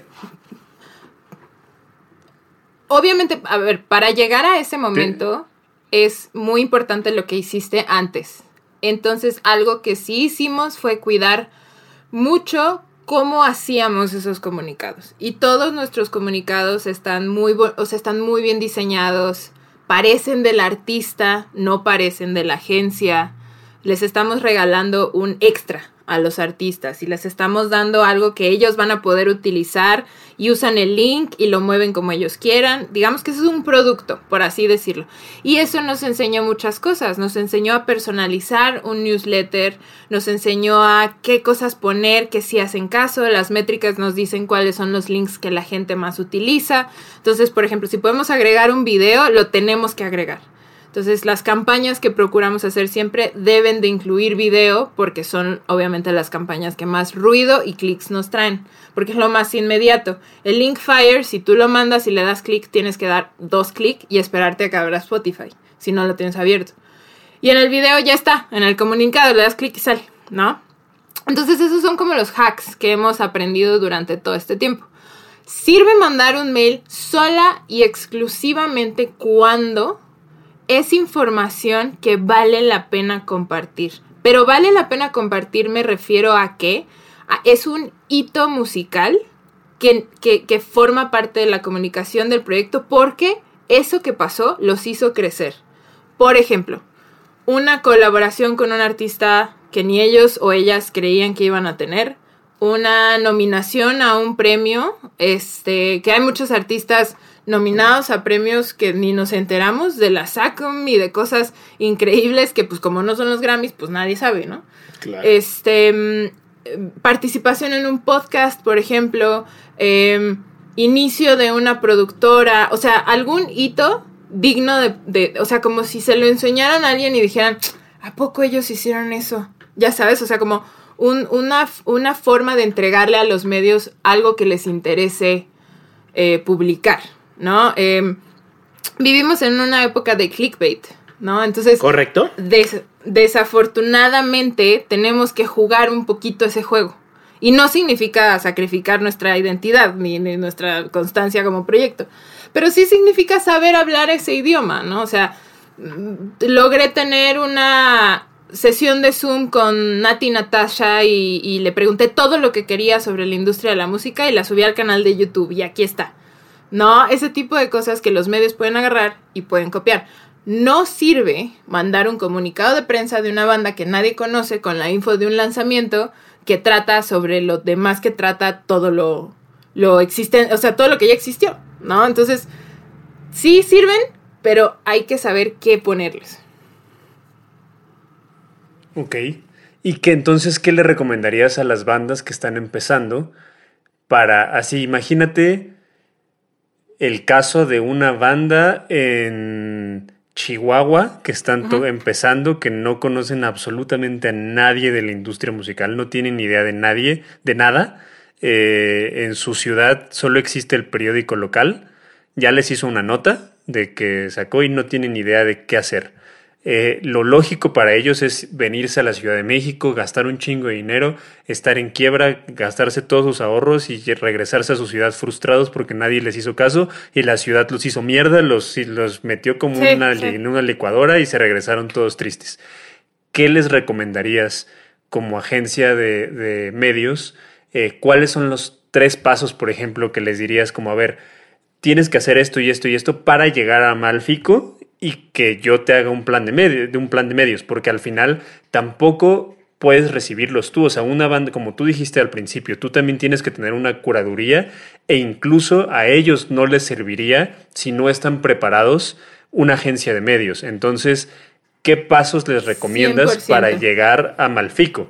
Speaker 1: Obviamente, a ver, para llegar a ese momento ¿Te? Es muy importante lo que hiciste antes. Entonces, algo que sí hicimos fue cuidar mucho cómo hacíamos esos comunicados. Y todos nuestros comunicados están muy, o sea, están muy bien diseñados, parecen del artista, no parecen de la agencia. Les estamos regalando un extra a los artistas y les estamos dando algo que ellos van a poder utilizar y usan el link y lo mueven como ellos quieran. Digamos que eso es un producto, por así decirlo. Y eso nos enseñó muchas cosas. Nos enseñó a personalizar un newsletter, nos enseñó a qué cosas poner, que si hacen caso. Las métricas nos dicen cuáles son los links que la gente más utiliza. Entonces, por ejemplo, si podemos agregar un video, lo tenemos que agregar. Entonces, las campañas que procuramos hacer siempre deben de incluir video porque son, obviamente, las campañas que más ruido y clics nos traen, porque es lo más inmediato. El link Fire, si tú lo mandas y le das clic, tienes que dar dos clics y esperarte a que abra Spotify, si no lo tienes abierto. Y en el video ya está, en el comunicado le das clic y sale, ¿no? Entonces, esos son como los hacks que hemos aprendido durante todo este tiempo. Sirve mandar un mail sola y exclusivamente cuando es información que vale la pena compartir. Pero vale la pena compartir, me refiero a que a, es un hito musical que, que, que forma parte de la comunicación del proyecto porque eso que pasó los hizo crecer. Por ejemplo, una colaboración con un artista que ni ellos o ellas creían que iban a tener, una nominación a un premio, este, que hay muchos artistas nominados a premios que ni nos enteramos, de la SACM y de cosas increíbles que pues como no son los Grammys, pues nadie sabe, ¿no?
Speaker 3: Claro.
Speaker 1: Este, participación en un podcast, por ejemplo, eh, inicio de una productora, o sea, algún hito digno de, de, o sea, como si se lo enseñaran a alguien y dijeran, ¿a poco ellos hicieron eso? Ya sabes, o sea, como un, una, una forma de entregarle a los medios algo que les interese eh, publicar, ¿no? Eh, vivimos en una época de clickbait, ¿no? Entonces,
Speaker 3: ¿correcto?
Speaker 1: Des, desafortunadamente tenemos que jugar un poquito ese juego. Y no significa sacrificar nuestra identidad ni, ni nuestra constancia como proyecto. Pero sí significa saber hablar ese idioma, ¿no? O sea, logré tener una sesión de Zoom con Nati Natasha y, y le pregunté todo lo que quería sobre la industria de la música y la subí al canal de YouTube y aquí está. No, ese tipo de cosas que los medios pueden agarrar y pueden copiar. No sirve mandar un comunicado de prensa de una banda que nadie conoce con la info de un lanzamiento que trata sobre lo demás que trata todo lo, lo existente, o sea, todo lo que ya existió, ¿no? Entonces, sí sirven, pero hay que saber qué ponerles.
Speaker 4: Ok. ¿Y que entonces qué le recomendarías a las bandas que están empezando para, así, imagínate el caso de una banda en Chihuahua que están to- uh-huh. empezando, que no conocen absolutamente a nadie de la industria musical, no tienen idea de nadie, de nada. Eh, en su ciudad solo existe el periódico local, ya les hizo una nota de que sacó y no tienen idea de qué hacer. Eh, lo lógico para ellos es venirse a la Ciudad de México, gastar un chingo de dinero, estar en quiebra, gastarse todos sus ahorros y regresarse a su ciudad frustrados porque nadie les hizo caso y la ciudad los hizo mierda, los, los metió como sí, una, sí. en una licuadora y se regresaron todos tristes. ¿Qué les recomendarías como agencia de, de medios? Eh, ¿Cuáles son los tres pasos, por ejemplo, que les dirías como, a ver, tienes que hacer esto y esto y esto para llegar a Malfico y que yo te haga un plan de medios, de un plan de medios, porque al final tampoco puedes recibirlos tú, o sea, una banda, como tú dijiste al principio, tú también tienes que tener una curaduría e incluso a ellos no les serviría si no están preparados una agencia de medios. Entonces, ¿qué pasos les recomiendas cien por ciento para llegar a Malfico?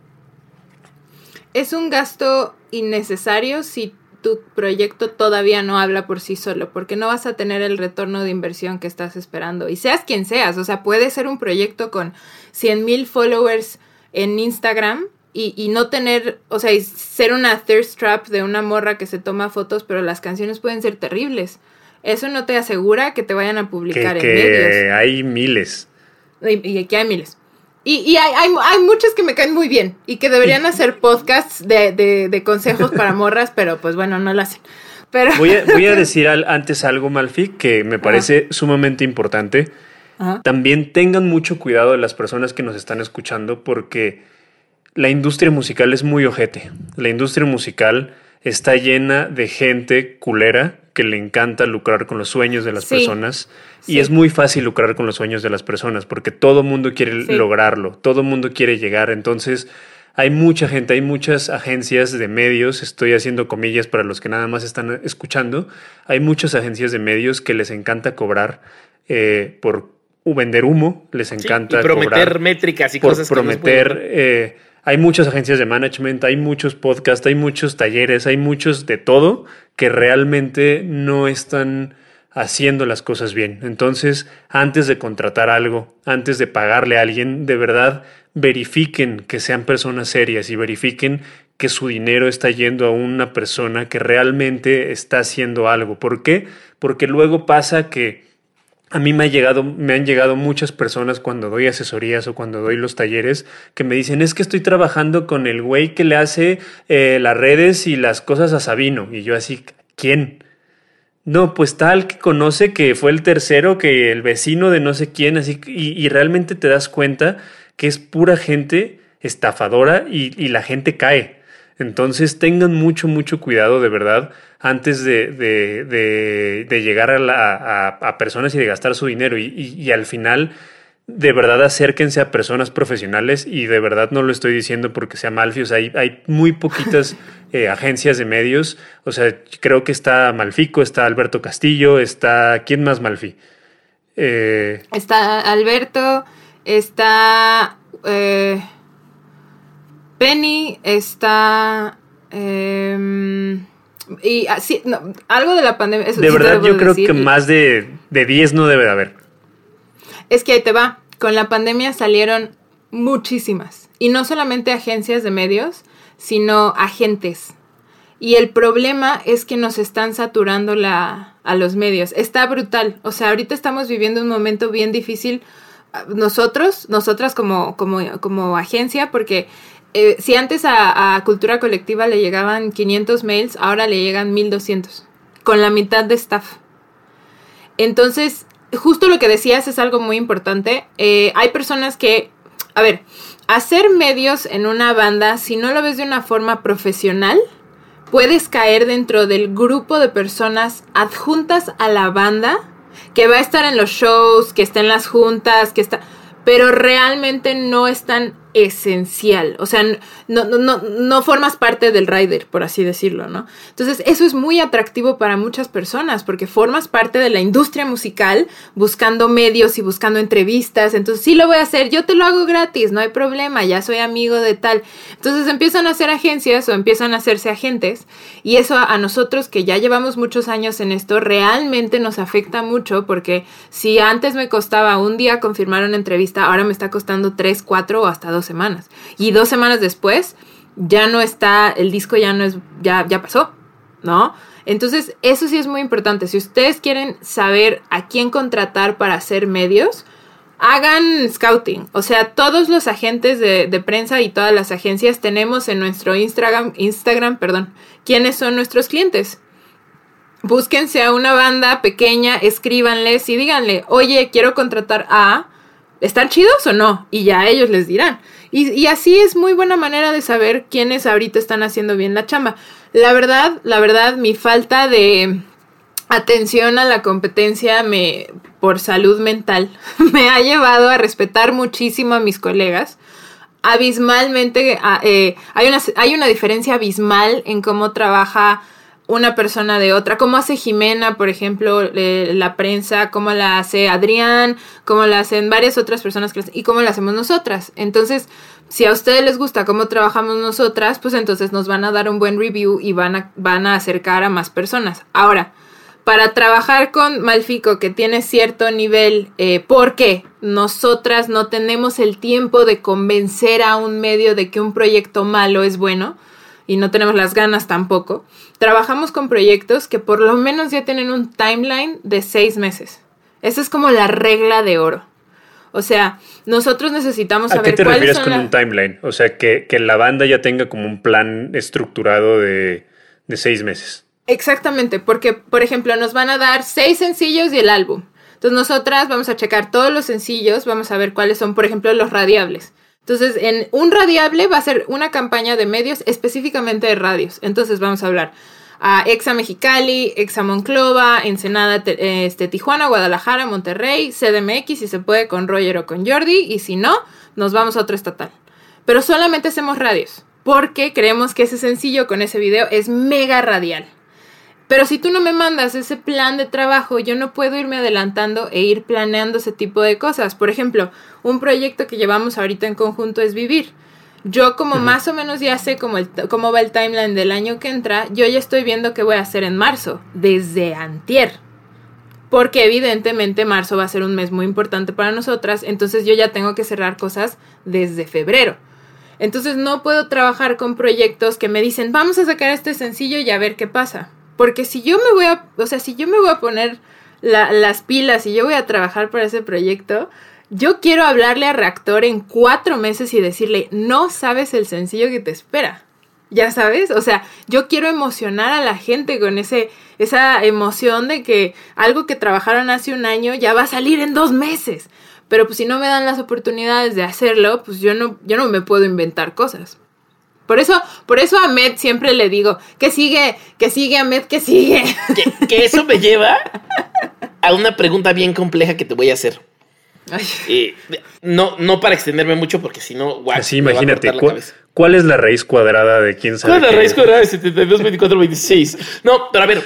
Speaker 1: Es un gasto innecesario si tu proyecto todavía no habla por sí solo, porque no vas a tener el retorno de inversión que estás esperando. Y seas quien seas, o sea, puede ser un proyecto con cien mil followers en Instagram y, y no tener, o sea, y ser una thirst trap de una morra que se toma fotos, pero las canciones pueden ser terribles. Eso no te asegura que te vayan a publicar
Speaker 4: que,
Speaker 1: en
Speaker 4: que
Speaker 1: medios.
Speaker 4: Hay miles.
Speaker 1: Y, y que hay miles. Y, y hay, hay, hay muchas que me caen muy bien y que deberían hacer podcasts de, de, de consejos para morras, pero pues bueno, no lo hacen. Pero...
Speaker 4: Voy, a, voy a decir al, antes algo, Malfi, que me parece Ajá. sumamente importante. Ajá. También tengan mucho cuidado de las personas que nos están escuchando porque la industria musical es muy ojete. La industria musical está llena de gente culera que le encanta lucrar con los sueños de las sí. personas. Y sí. es muy fácil lucrar con los sueños de las personas porque todo mundo quiere sí. lograrlo, todo mundo quiere llegar. Entonces hay mucha gente, hay muchas agencias de medios, estoy haciendo comillas para los que nada más están escuchando, hay muchas agencias de medios que les encanta cobrar eh, por vender humo, les encanta
Speaker 3: sí, y prometer
Speaker 4: cobrar
Speaker 3: métricas y
Speaker 4: por
Speaker 3: cosas
Speaker 4: prometer,
Speaker 3: que no
Speaker 4: eh, hay muchas agencias de management, hay muchos podcasts, hay muchos talleres, hay muchos de todo que realmente no están haciendo las cosas bien. Entonces, antes de contratar algo, antes de pagarle a alguien, de verdad verifiquen que sean personas serias y verifiquen que su dinero está yendo a una persona que realmente está haciendo algo. ¿Por qué? Porque luego pasa que a mí me ha llegado, me han llegado muchas personas cuando doy asesorías o cuando doy los talleres que me dicen, es que estoy trabajando con el güey que le hace eh, las redes y las cosas a Sabino. Y yo así, ¿quién? No, pues tal que conoce que fue el tercero, que el vecino de no sé quién, así, y, y realmente te das cuenta que es pura gente estafadora y, y la gente cae. Entonces tengan mucho, mucho cuidado de verdad antes de, de, de, de llegar a, la, a, a personas y de gastar su dinero. Y, y, y al final, de verdad acérquense a personas profesionales, y de verdad no lo estoy diciendo porque sea Malfi, o sea, hay, hay muy poquitas eh, agencias de medios, o sea, creo que está Malfico, está Alberto Castillo, está... ¿Quién más, Malfi? Eh...
Speaker 1: Está Alberto, está eh, Penny, está... Eh, y así, no, algo de la pandemia... Eso
Speaker 4: de
Speaker 1: sí
Speaker 4: verdad yo creo
Speaker 1: decir.
Speaker 4: que más de, de diez no debe de haber.
Speaker 1: Es que ahí te va. Con la pandemia salieron muchísimas. Y no solamente agencias de medios, sino agentes. Y el problema es que nos están saturando la, a los medios. Está brutal. O sea, ahorita estamos viviendo un momento bien difícil. Nosotros, nosotras como, como, como agencia, porque eh, si antes a, a Cultura Colectiva le llegaban quinientos mails, ahora le llegan mil doscientos. Con la mitad de staff. Entonces... Justo lo que decías es algo muy importante. Eh, hay personas que, a ver, hacer medios en una banda, si no lo ves de una forma profesional, puedes caer dentro del grupo de personas adjuntas a la banda, que va a estar en los shows, que está en las juntas, que está... pero realmente no es tan esencial. O sea, no, no, no, no formas parte del rider, por así decirlo, ¿no? Entonces, eso es muy atractivo para muchas personas, porque formas parte de la industria musical, buscando medios y buscando entrevistas. Entonces, sí lo voy a hacer, yo te lo hago gratis, no hay problema, ya soy amigo de tal. Entonces, empiezan a hacer agencias o empiezan a hacerse agentes, y eso a, a nosotros, que ya llevamos muchos años en esto, realmente nos afecta mucho, porque si antes me costaba un día confirmar una entrevista, ahora me está costando tres, cuatro o hasta dos semanas. Y dos semanas después ya no está, el disco ya no es, ya, ya pasó, ¿no? Entonces, eso sí es muy importante. Si ustedes quieren saber a quién contratar para hacer medios, hagan scouting. O sea, todos los agentes de, de prensa y todas las agencias tenemos en nuestro Instagram, Instagram, perdón, quiénes son nuestros clientes. Búsquense a una banda pequeña, escríbanles y díganle, oye, quiero contratar a... ¿Están chidos o no? Y ya ellos les dirán. Y, y así es muy buena manera de saber quiénes ahorita están haciendo bien la chamba. La verdad, la verdad, mi falta de atención a la competencia me, por salud mental, me ha llevado a respetar muchísimo a mis colegas. Abismalmente, eh, hay una, hay una diferencia abismal en cómo trabaja una persona de otra, cómo hace Jimena, por ejemplo, eh, la prensa, cómo la hace Adrián, cómo la hacen varias otras personas que, y cómo la hacemos nosotras. Entonces, si a ustedes les gusta cómo trabajamos nosotras, pues entonces nos van a dar un buen review y van a, van a acercar a más personas. Ahora, para trabajar con Malfico, que tiene cierto nivel, eh, porque nosotras no tenemos el tiempo de convencer a un medio de que un proyecto malo es bueno, y no tenemos las ganas tampoco, trabajamos con proyectos que por lo menos ya tienen un timeline de seis meses. Esa es como la regla de oro. O sea, nosotros necesitamos saber
Speaker 4: cuáles son... ¿A qué te refieres con
Speaker 1: la...
Speaker 4: un timeline? O sea, que, que la banda ya tenga como un plan estructurado de, de seis meses.
Speaker 1: Exactamente, porque, por ejemplo, nos van a dar seis sencillos y el álbum. Entonces, nosotras vamos a checar todos los sencillos, vamos a ver cuáles son, por ejemplo, los radiables. Entonces, en un radiable va a ser una campaña de medios específicamente de radios. Entonces, vamos a hablar a Exa Mexicali, Exa Monclova, Ensenada, este, Tijuana, Guadalajara, Monterrey, C D M X, si se puede con Roger o con Jordi, y si no, nos vamos a otro estatal. Pero solamente hacemos radios, porque creemos que ese sencillo con ese video es mega radial. Pero si tú no me mandas ese plan de trabajo, yo no puedo irme adelantando e ir planeando ese tipo de cosas. Por ejemplo, un proyecto que llevamos ahorita en conjunto es Vivir. Yo como uh-huh. más o menos ya sé cómo, el, cómo va el timeline del año que entra, yo ya estoy viendo qué voy a hacer en marzo, desde antier. Porque evidentemente marzo va a ser un mes muy importante para nosotras, entonces yo ya tengo que cerrar cosas desde febrero. Entonces no puedo trabajar con proyectos que me dicen, vamos a sacar este sencillo y a ver qué pasa. Porque si yo me voy a, o sea, si yo me voy a poner la, las pilas y yo voy a trabajar para ese proyecto, yo quiero hablarle a Reactor en cuatro meses y decirle, no sabes el sencillo que te espera. Ya sabes, o sea, yo quiero emocionar a la gente con ese, esa emoción de que algo que trabajaron hace un año ya va a salir en dos meses. Pero pues si no me dan las oportunidades de hacerlo, pues yo no, yo no me puedo inventar cosas. Por eso, por eso a Met siempre le digo, que sigue, que sigue, Ahmed, que sigue.
Speaker 3: Que, que eso me lleva a una pregunta bien compleja que te voy a hacer. Eh, no, no para extenderme mucho, porque si no, guau,
Speaker 4: así imagínate,
Speaker 3: me va a cortar la
Speaker 4: ¿cu-
Speaker 3: cabeza.
Speaker 4: ¿cuál es la raíz cuadrada de quién sabe?
Speaker 3: ¿Cuál es la
Speaker 4: qué?
Speaker 3: raíz cuadrada de setenta y dos, veinticuatro, veintiséis? No, pero a ver,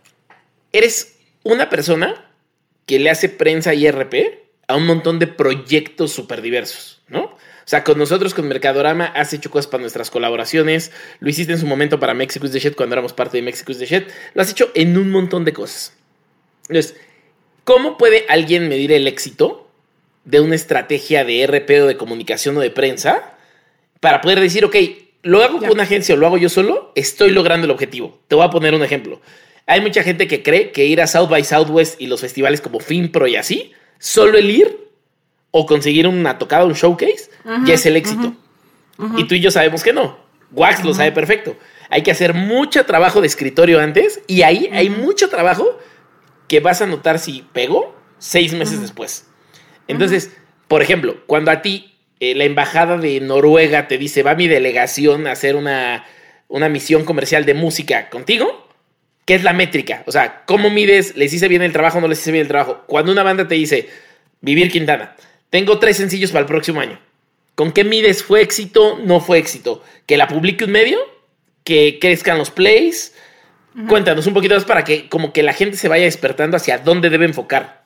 Speaker 3: eres una persona que le hace prensa y R P a un montón de proyectos súper diversos, ¿no? O sea, con nosotros, con Mercadorama, has hecho cosas para nuestras colaboraciones. Lo hiciste en su momento para Mexico is the Shit, cuando éramos parte de Mexico is the Shit. Lo has hecho en un montón de cosas. Entonces, ¿cómo puede alguien medir el éxito de una estrategia de R P o de comunicación o de prensa para poder decir, ok, lo hago
Speaker 1: Ya.
Speaker 3: con una agencia o lo hago yo solo, estoy logrando el objetivo? Te voy a poner un ejemplo. Hay mucha gente que cree que ir a South by Southwest y los festivales como FinPro y así, solo el ir o conseguir una tocada, un showcase, uh-huh, ya es el éxito. Uh-huh, uh-huh. Y tú y yo sabemos que no. Wax uh-huh. lo sabe perfecto. Hay que hacer mucho trabajo de escritorio antes y ahí uh-huh. hay mucho trabajo que vas a notar si pegó seis meses uh-huh. después. Entonces, uh-huh. por ejemplo, cuando a ti eh, la embajada de Noruega te dice, va mi delegación a hacer una, una misión comercial de música contigo, ¿qué es la métrica? O sea, ¿cómo mides? ¿Les hice bien el trabajo o no les hice bien el trabajo? Cuando una banda te dice, Vivir Quintana, tengo tres sencillos para el próximo año, ¿con qué mides? ¿Fue éxito? ¿No fue éxito? ¿Que la publique un medio? ¿Que crezcan los plays? Uh-huh. Cuéntanos un poquito más para que como que la gente se vaya despertando hacia dónde debe enfocar.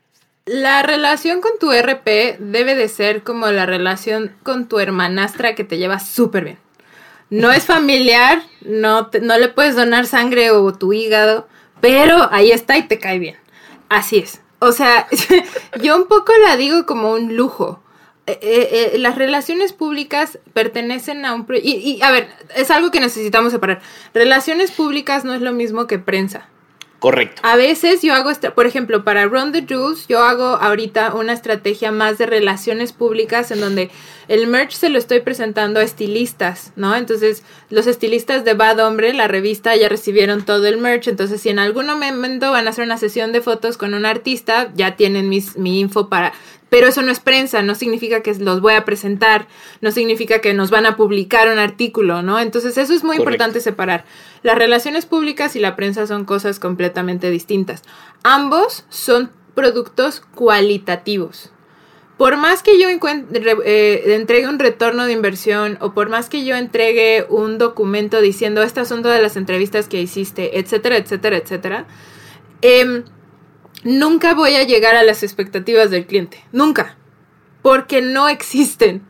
Speaker 1: La relación con tu R P debe de ser como la relación con tu hermanastra que te lleva súper bien. No es familiar, no, te, no le puedes donar sangre o tu hígado, pero ahí está y te cae bien. Así es. O sea, yo un poco la digo como un lujo. Eh, eh, las relaciones públicas pertenecen a un... Pro- y, y, a ver, es algo que necesitamos separar. Relaciones públicas no es lo mismo que prensa.
Speaker 3: Correcto.
Speaker 1: A veces yo hago, estra- por ejemplo, para Run the Jewels, yo hago ahorita una estrategia más de relaciones públicas en donde el merch se lo estoy presentando a estilistas, ¿no? Entonces, los estilistas de Bad Hombre, la revista, ya recibieron todo el merch. Entonces, si en algún momento van a hacer una sesión de fotos con un artista, ya tienen mis, mi info para... Pero eso no es prensa, no significa que los voy a presentar, no significa que nos van a publicar un artículo, ¿no? Entonces eso es muy Correcto. Importante separar. Las relaciones públicas y la prensa son cosas completamente distintas. Ambos son productos cualitativos. Por más que yo encuentre, eh, entregue un retorno de inversión o por más que yo entregue un documento diciendo estas son todas las entrevistas que hiciste, etcétera, etcétera, etcétera, eh, nunca voy a llegar a las expectativas del cliente. Nunca. Porque no existen.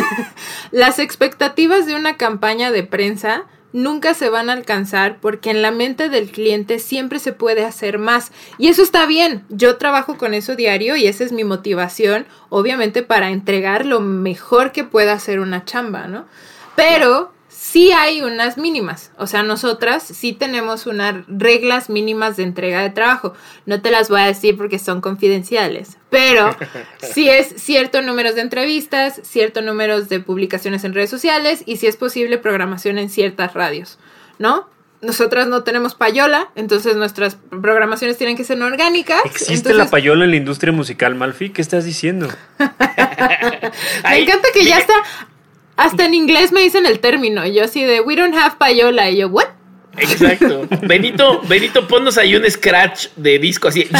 Speaker 1: Las expectativas de una campaña de prensa nunca se van a alcanzar porque en la mente del cliente siempre se puede hacer más. Y eso está bien. Yo trabajo con eso diario y esa es mi motivación, obviamente, para entregar lo mejor que pueda hacer una chamba, ¿no? Pero... sí hay unas mínimas, o sea, nosotras sí tenemos unas reglas mínimas de entrega de trabajo. No te las voy a decir porque son confidenciales, pero sí es cierto números de entrevistas, cierto números de publicaciones en redes sociales y si es posible programación en ciertas radios, ¿no? Nosotras no tenemos payola, entonces nuestras programaciones tienen que ser orgánicas.
Speaker 4: ¿Existe
Speaker 1: entonces...
Speaker 4: la payola en la industria musical, Malfi? ¿Qué estás diciendo?
Speaker 1: Me encanta que ya está... Hasta en inglés me dicen el término. Y yo así de, we don't have payola. Y yo, ¿what?
Speaker 3: Exacto. Benito, Benito, ponnos ahí un scratch de disco así.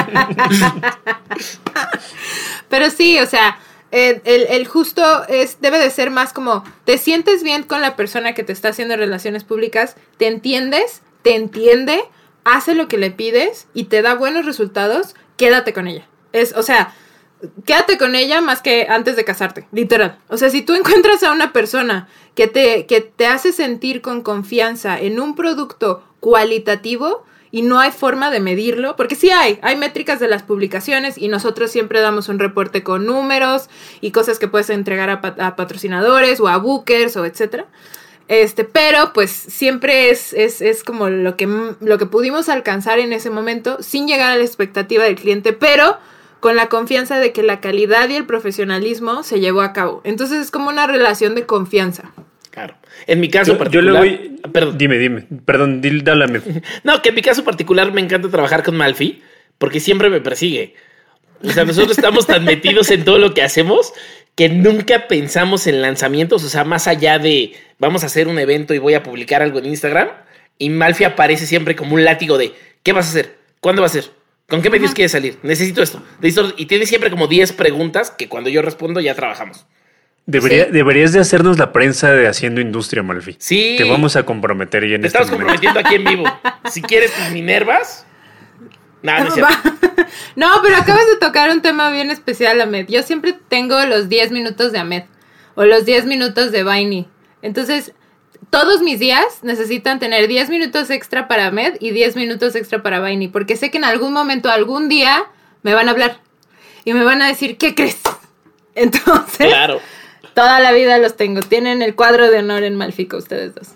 Speaker 1: Pero sí, o sea, el, el, el justo es debe de ser más como, te sientes bien con la persona que te está haciendo relaciones públicas, te entiendes, te entiende, hace lo que le pides y te da buenos resultados, quédate con ella. Es, o sea... quédate con ella más que antes de casarte, literal. O sea, si tú encuentras a una persona que te, que te hace sentir con confianza en un producto cualitativo y no hay forma de medirlo, porque sí hay, hay métricas de las publicaciones y nosotros siempre damos un reporte con números y cosas que puedes entregar a, pat- a patrocinadores o a bookers o etcétera. Este, pero pues siempre es, es, es como lo que, lo que pudimos alcanzar en ese momento sin llegar a la expectativa del cliente, pero... con la confianza de que la calidad y el profesionalismo se llevó a cabo. Entonces es como una relación de confianza.
Speaker 3: Claro. En mi caso
Speaker 4: yo,
Speaker 3: particular...
Speaker 4: Yo le voy...
Speaker 3: Perdón.
Speaker 4: Dime, dime. Perdón, dile, dale a mí.
Speaker 3: No, que en mi caso particular me encanta trabajar con Malfi porque siempre me persigue. O sea, nosotros estamos tan metidos en todo lo que hacemos que nunca pensamos en lanzamientos. O sea, más allá de vamos a hacer un evento y voy a publicar algo en Instagram, y Malfi aparece siempre como un látigo de ¿qué vas a hacer? ¿Cuándo va a ser? ¿Con qué medios Ajá. quieres salir? Necesito esto. Necesito... Y tiene siempre como diez preguntas que cuando yo respondo ya trabajamos.
Speaker 4: Debería,
Speaker 3: sí.
Speaker 4: Deberías de hacernos la prensa de Haciendo Industria, Malfi.
Speaker 3: Sí.
Speaker 4: Te vamos a comprometer ya en
Speaker 3: Te
Speaker 4: este
Speaker 3: estamos
Speaker 4: momento.
Speaker 3: comprometiendo aquí en vivo. Si quieres tus Minervas. Nah, no, es cierto.
Speaker 1: No, pero acabas de tocar un tema bien especial, Ahmed. Yo siempre tengo los diez minutos de Ahmed o los diez minutos de Vaini. Entonces, todos mis días necesitan tener diez minutos extra para Ahmed y diez minutos extra para Vaini, porque sé que en algún momento, algún día, me van a hablar y me van a decir, ¿qué crees? Entonces,
Speaker 3: claro.
Speaker 1: Toda la vida los tengo. Tienen el cuadro de honor en Malfico ustedes dos.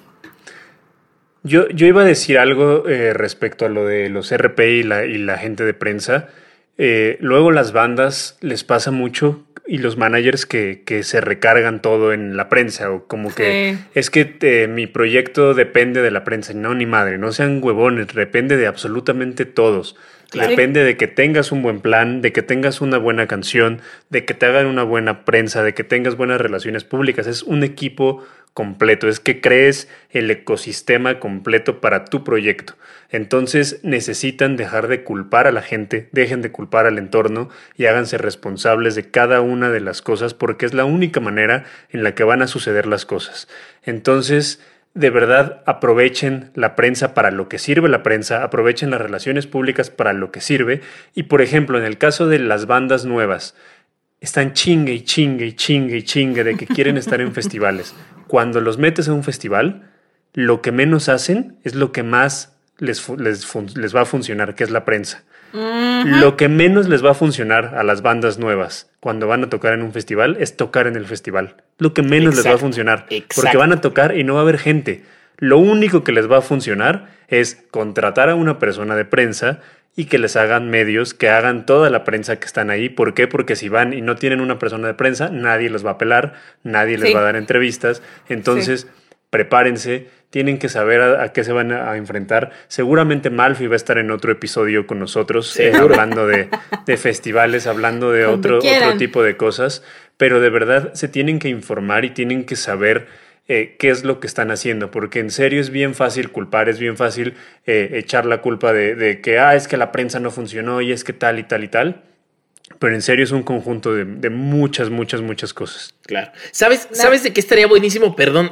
Speaker 4: Yo, yo iba a decir algo eh, respecto a lo de los R P y la, y la gente de prensa. Eh, luego las bandas les pasa mucho y los managers que, que se recargan todo en la prensa o como sí. que es que eh, mi proyecto depende de la prensa. No, ni madre, no sean huevones, depende de absolutamente todos. Claro. Depende de que tengas un buen plan, de que tengas una buena canción, de que te hagan una buena prensa, de que tengas buenas relaciones públicas. Es un equipo completo, es que crees el ecosistema completo para tu proyecto. Entonces necesitan dejar de culpar a la gente, dejen de culpar al entorno y háganse responsables de cada una de las cosas porque es la única manera en la que van a suceder las cosas. Entonces, de verdad, aprovechen la prensa para lo que sirve la prensa, aprovechen las relaciones públicas para lo que sirve. Y, por ejemplo, en el caso de las bandas nuevas, están chingue y chingue y chingue y chingue de que quieren estar en festivales. Cuando los metes a un festival, lo que menos hacen es lo que más les, les, les va a funcionar, que es la prensa. Uh-huh. Lo que menos les va a funcionar a las bandas nuevas cuando van a tocar en un festival es tocar en el festival. Lo que menos Exacto. les va a funcionar. Exacto. Porque van a tocar y no va a haber gente. Lo único que les va a funcionar es contratar a una persona de prensa y que les hagan medios, que hagan toda la prensa que están ahí. ¿Por qué? Porque si van y no tienen una persona de prensa, nadie los va a pelar, nadie les sí. va a dar entrevistas. Entonces, sí. prepárense, tienen que saber a, a qué se van a, a enfrentar. Seguramente Malfi va a estar en otro episodio con nosotros, eh, hablando de, de festivales, hablando de otro, otro tipo de cosas. Pero de verdad se tienen que informar y tienen que saber Eh, qué es lo que están haciendo, porque en serio es bien fácil culpar, es bien fácil eh, echar la culpa de, de que ah, es que la prensa no funcionó y es que tal y tal y tal, pero en serio es un conjunto de, de muchas, muchas, muchas cosas.
Speaker 3: Claro. ¿Sabes, no. ¿Sabes de qué estaría buenísimo? Perdón,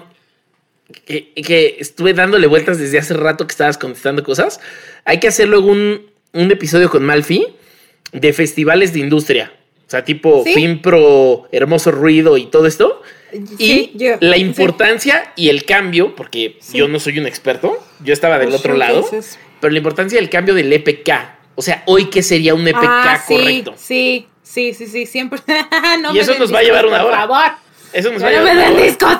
Speaker 3: que, que estuve dándole vueltas desde hace rato que estabas contestando cosas. Hay que hacer luego un, un episodio con Malfi de festivales de industria, o sea, tipo ¿Sí? FinPro, Hermoso Ruido y todo esto.
Speaker 1: Sí,
Speaker 3: y
Speaker 1: yo,
Speaker 3: la importancia
Speaker 1: sí.
Speaker 3: y el cambio, porque sí. yo no soy un experto, yo estaba del
Speaker 1: pues
Speaker 3: otro lado, cases. Pero la importancia del cambio del E P K. O sea, hoy qué sería un E P K
Speaker 1: ah,
Speaker 3: correcto.
Speaker 1: Sí, sí, sí, sí, siempre.
Speaker 3: no y eso nos va a llevar una hora.
Speaker 1: Por favor.
Speaker 3: Eso nos
Speaker 1: ya
Speaker 3: va a llevar
Speaker 1: no me
Speaker 3: una hora.
Speaker 1: Discord.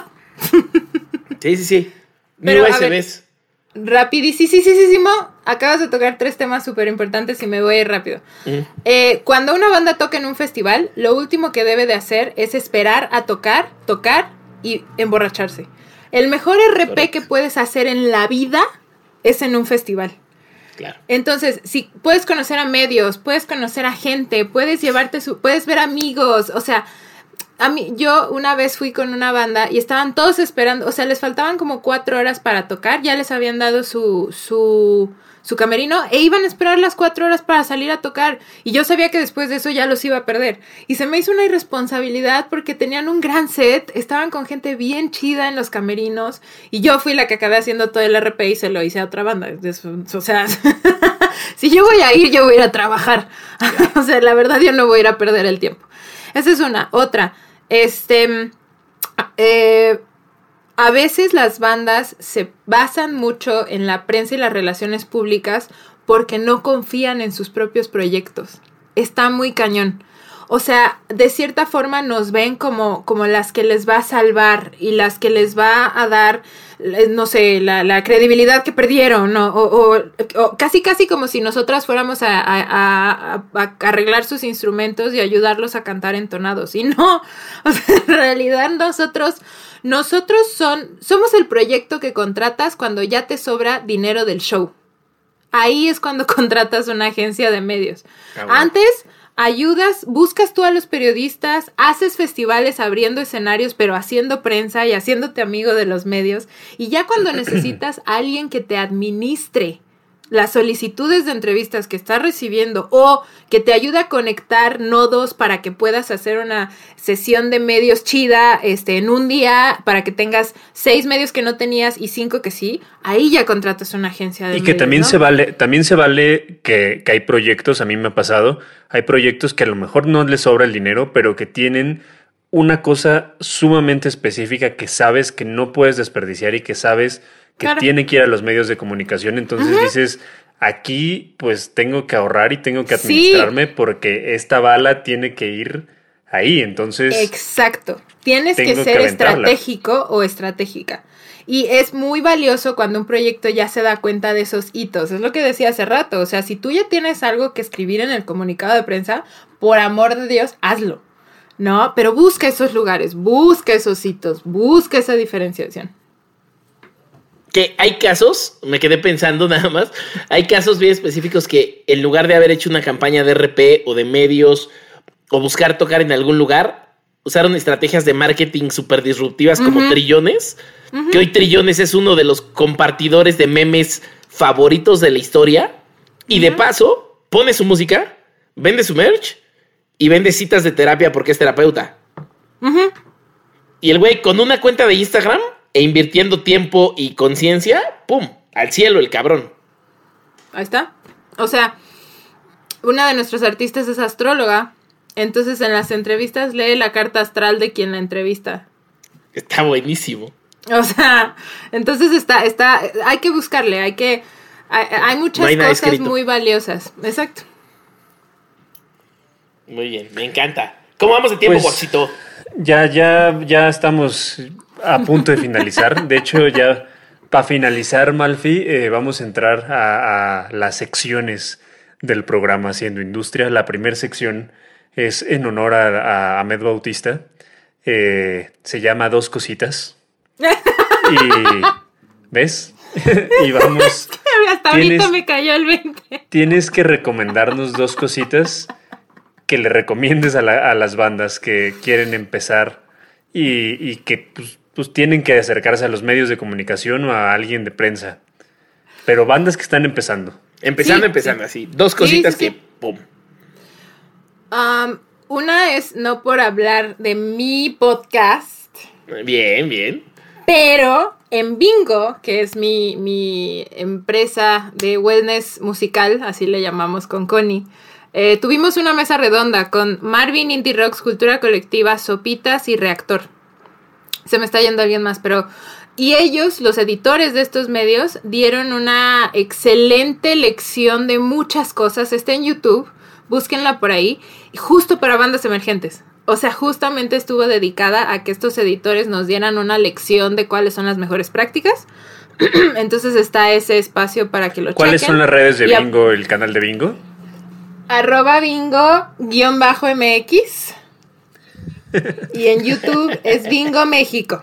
Speaker 3: Sí, sí, sí.
Speaker 1: Pero,
Speaker 3: U S Bs.
Speaker 1: Rapidísimo, acabas de tocar tres temas súper importantes y me voy a ir rápido. Mm. Eh, cuando una banda toca en un festival, lo último que debe de hacer es esperar a tocar, tocar y emborracharse. El mejor R P Correcto. Que puedes hacer en la vida es en un festival.
Speaker 3: Claro.
Speaker 1: Entonces, si puedes conocer a medios, puedes conocer a gente, puedes llevarte su, puedes ver amigos, o sea, a mí, yo una vez fui con una banda y estaban todos esperando, o sea, les faltaban como cuatro horas para tocar, ya les habían dado su, su, su camerino e iban a esperar las cuatro horas para salir a tocar y yo sabía que después de eso ya los iba a perder y se me hizo una irresponsabilidad porque tenían un gran set, estaban con gente bien chida en los camerinos y yo fui la que acabé haciendo todo el R P y se lo hice a otra banda, o sea, si yo voy a ir, yo voy a ir a trabajar, o sea, la verdad yo no voy a ir a perder el tiempo. Esa es una. Otra, este, eh, a veces las bandas se basan mucho en la prensa y las relaciones públicas porque no confían en sus propios proyectos. Está muy cañón. o sea, de cierta forma nos ven como, como las que les va a salvar y las que les va a dar, no sé, la, la credibilidad que perdieron, ¿no? o, o, o casi casi como si nosotras fuéramos a, a, a, a arreglar sus instrumentos y ayudarlos a cantar entonados. Y no, o sea, en realidad nosotros, nosotros son, somos el proyecto que contratas cuando ya te sobra dinero del show. Ahí es cuando contratas una agencia de medios. Ah, bueno. Antes ayudas, buscas tú a los periodistas, haces festivales abriendo escenarios, pero haciendo prensa y haciéndote amigo de los medios. Y ya cuando necesitas a alguien que te administre las solicitudes de entrevistas que estás recibiendo o que te ayude a conectar nodos para que puedas hacer una sesión de medios chida este, en un día, para que tengas seis medios que no tenías y cinco que sí, ahí ya contratas una agencia de
Speaker 4: medios. Y
Speaker 1: medios,
Speaker 4: que también
Speaker 1: ¿no?
Speaker 4: se vale, también se vale que, que hay proyectos, a mí me ha pasado, hay proyectos que a lo mejor no les sobra el dinero, pero que tienen una cosa sumamente específica que sabes que no puedes desperdiciar y que sabes que claro. tiene que ir a los medios de comunicación. Entonces uh-huh. dices, aquí pues tengo que ahorrar y tengo que administrarme sí. porque esta bala tiene que ir ahí. Entonces
Speaker 1: exacto, tienes que ser que estratégico o estratégica. Y es muy valioso cuando un proyecto ya se da cuenta de esos hitos. Es lo que decía hace rato. O sea, si tú ya tienes algo que escribir en el comunicado de prensa, por amor de Dios, hazlo. No, pero busca esos lugares, busca esos hitos, busca esa diferenciación.
Speaker 3: Que hay casos, me quedé pensando nada más, hay casos bien específicos que en lugar de haber hecho una campaña de R P o de medios o buscar tocar en algún lugar, usaron estrategias de marketing súper disruptivas como uh-huh. Trillones, uh-huh. que hoy Trillones es uno de los compartidores de memes favoritos de la historia y uh-huh. de paso pone su música, vende su merch y vende citas de terapia porque es terapeuta. Uh-huh. Y el güey con una cuenta de Instagram e invirtiendo tiempo y conciencia, ¡pum! Al cielo el cabrón.
Speaker 1: Ahí está. O sea, una de nuestros artistas es astróloga. Entonces en las entrevistas lee la carta astral de quien la entrevista.
Speaker 3: Está buenísimo.
Speaker 1: O sea, entonces está, está, hay que buscarle, hay que, hay, hay muchas no hay cosas escrito. Muy valiosas. Exacto.
Speaker 3: Muy bien, me encanta. ¿Cómo vamos de tiempo, pues, Guaxito?
Speaker 4: Ya, ya, ya estamos a punto de finalizar. De hecho, ya para finalizar, Malfi, eh, vamos a entrar a, a las secciones del programa Haciendo Industria. La primera sección es en honor a, a Ahmed Bautista. Eh, se llama Dos Cositas. Y ¿ves? Y vamos.
Speaker 1: Hasta ahorita me cayó el veinte.
Speaker 4: Tienes que recomendarnos dos cositas que le recomiendes a, la, a las bandas que quieren empezar y, y que pues, pues tienen que acercarse a los medios de comunicación o a alguien de prensa. Pero bandas que están empezando.
Speaker 3: Empezando,
Speaker 1: sí,
Speaker 3: empezando
Speaker 1: sí.
Speaker 3: así. Dos cositas
Speaker 1: sí, sí,
Speaker 3: que
Speaker 1: sí.
Speaker 3: ¡pum!
Speaker 1: Um, una es, no por hablar de mi podcast.
Speaker 3: Bien, bien.
Speaker 1: Pero en Bingo, que es mi, mi empresa de wellness musical, así le llamamos con Connie, eh, tuvimos una mesa redonda con Marvin, Indie Rocks, Cultura Colectiva, Sopitas y Reactor. Se me está yendo alguien más, pero... Y ellos, los editores de estos medios, dieron una excelente lección de muchas cosas. Está en YouTube, búsquenla por ahí, justo para bandas emergentes. O sea, justamente estuvo dedicada a que estos editores nos dieran una lección de cuáles son las mejores prácticas. Entonces está ese espacio para que lo chequen.
Speaker 4: ¿Cuáles son las redes de Bingo, a... el canal de Bingo?
Speaker 1: Arroba Bingo guión bajo M X. Y en YouTube es Bingo México.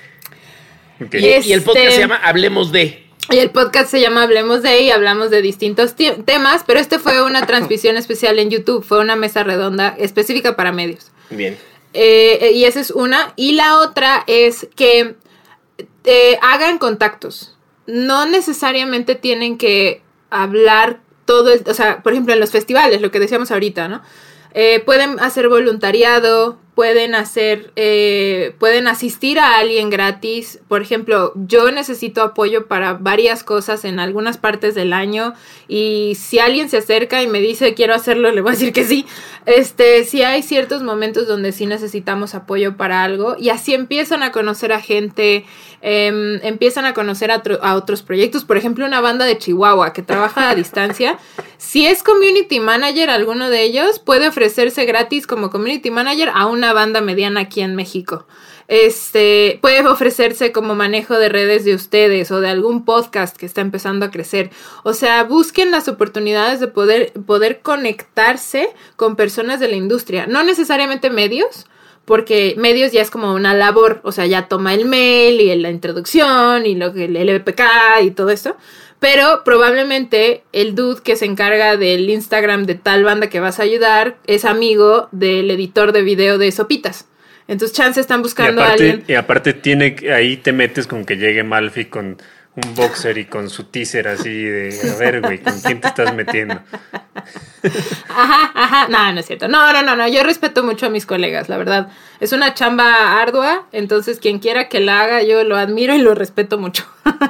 Speaker 3: Okay. Y, este, y el podcast se llama Hablemos de.
Speaker 1: Y el podcast se llama Hablemos de y hablamos de distintos t- temas, pero este fue una transmisión especial en YouTube, fue una mesa redonda específica para medios.
Speaker 3: Bien.
Speaker 1: Eh, y esa es una. Y la otra es que eh, hagan contactos. No necesariamente tienen que hablar todo el... O sea, por ejemplo, en los festivales, lo que decíamos ahorita, ¿no? Eh, pueden hacer voluntariado, pueden hacer, eh, pueden asistir a alguien gratis. Por ejemplo, yo necesito apoyo para varias cosas en algunas partes del año y si alguien se acerca y me dice quiero hacerlo, le voy a decir que sí. Este, sí hay ciertos momentos donde sí necesitamos apoyo para algo y así empiezan a conocer a gente, eh, empiezan a conocer a, tro- a otros proyectos. Por ejemplo, una banda de Chihuahua que trabaja a distancia. Si es community manager alguno de ellos, puede ofrecerse gratis como community manager a una banda mediana aquí en México. Este, puede ofrecerse como manejo de redes de ustedes o de algún podcast que está empezando a crecer. O sea, busquen las oportunidades de poder, poder conectarse con personas de la industria. No necesariamente medios, porque medios ya es como una labor. O sea, ya toma el mail y la introducción y lo que el L P K y todo eso. Pero probablemente el dude que se encarga del Instagram de tal banda que vas a ayudar es amigo del editor de video de Sopitas. Entonces, chance están buscando
Speaker 4: aparte,
Speaker 1: a alguien.
Speaker 4: Y aparte, tiene, ahí te metes con que llegue Malfi con un boxer y con su teaser así de, a ver, güey, ¿con quién te estás metiendo?
Speaker 1: Ajá, ajá. No, no es cierto. No, no, no, no. Yo respeto mucho a mis colegas, la verdad. Es una chamba ardua, entonces quien quiera que la haga, yo lo admiro y lo respeto mucho.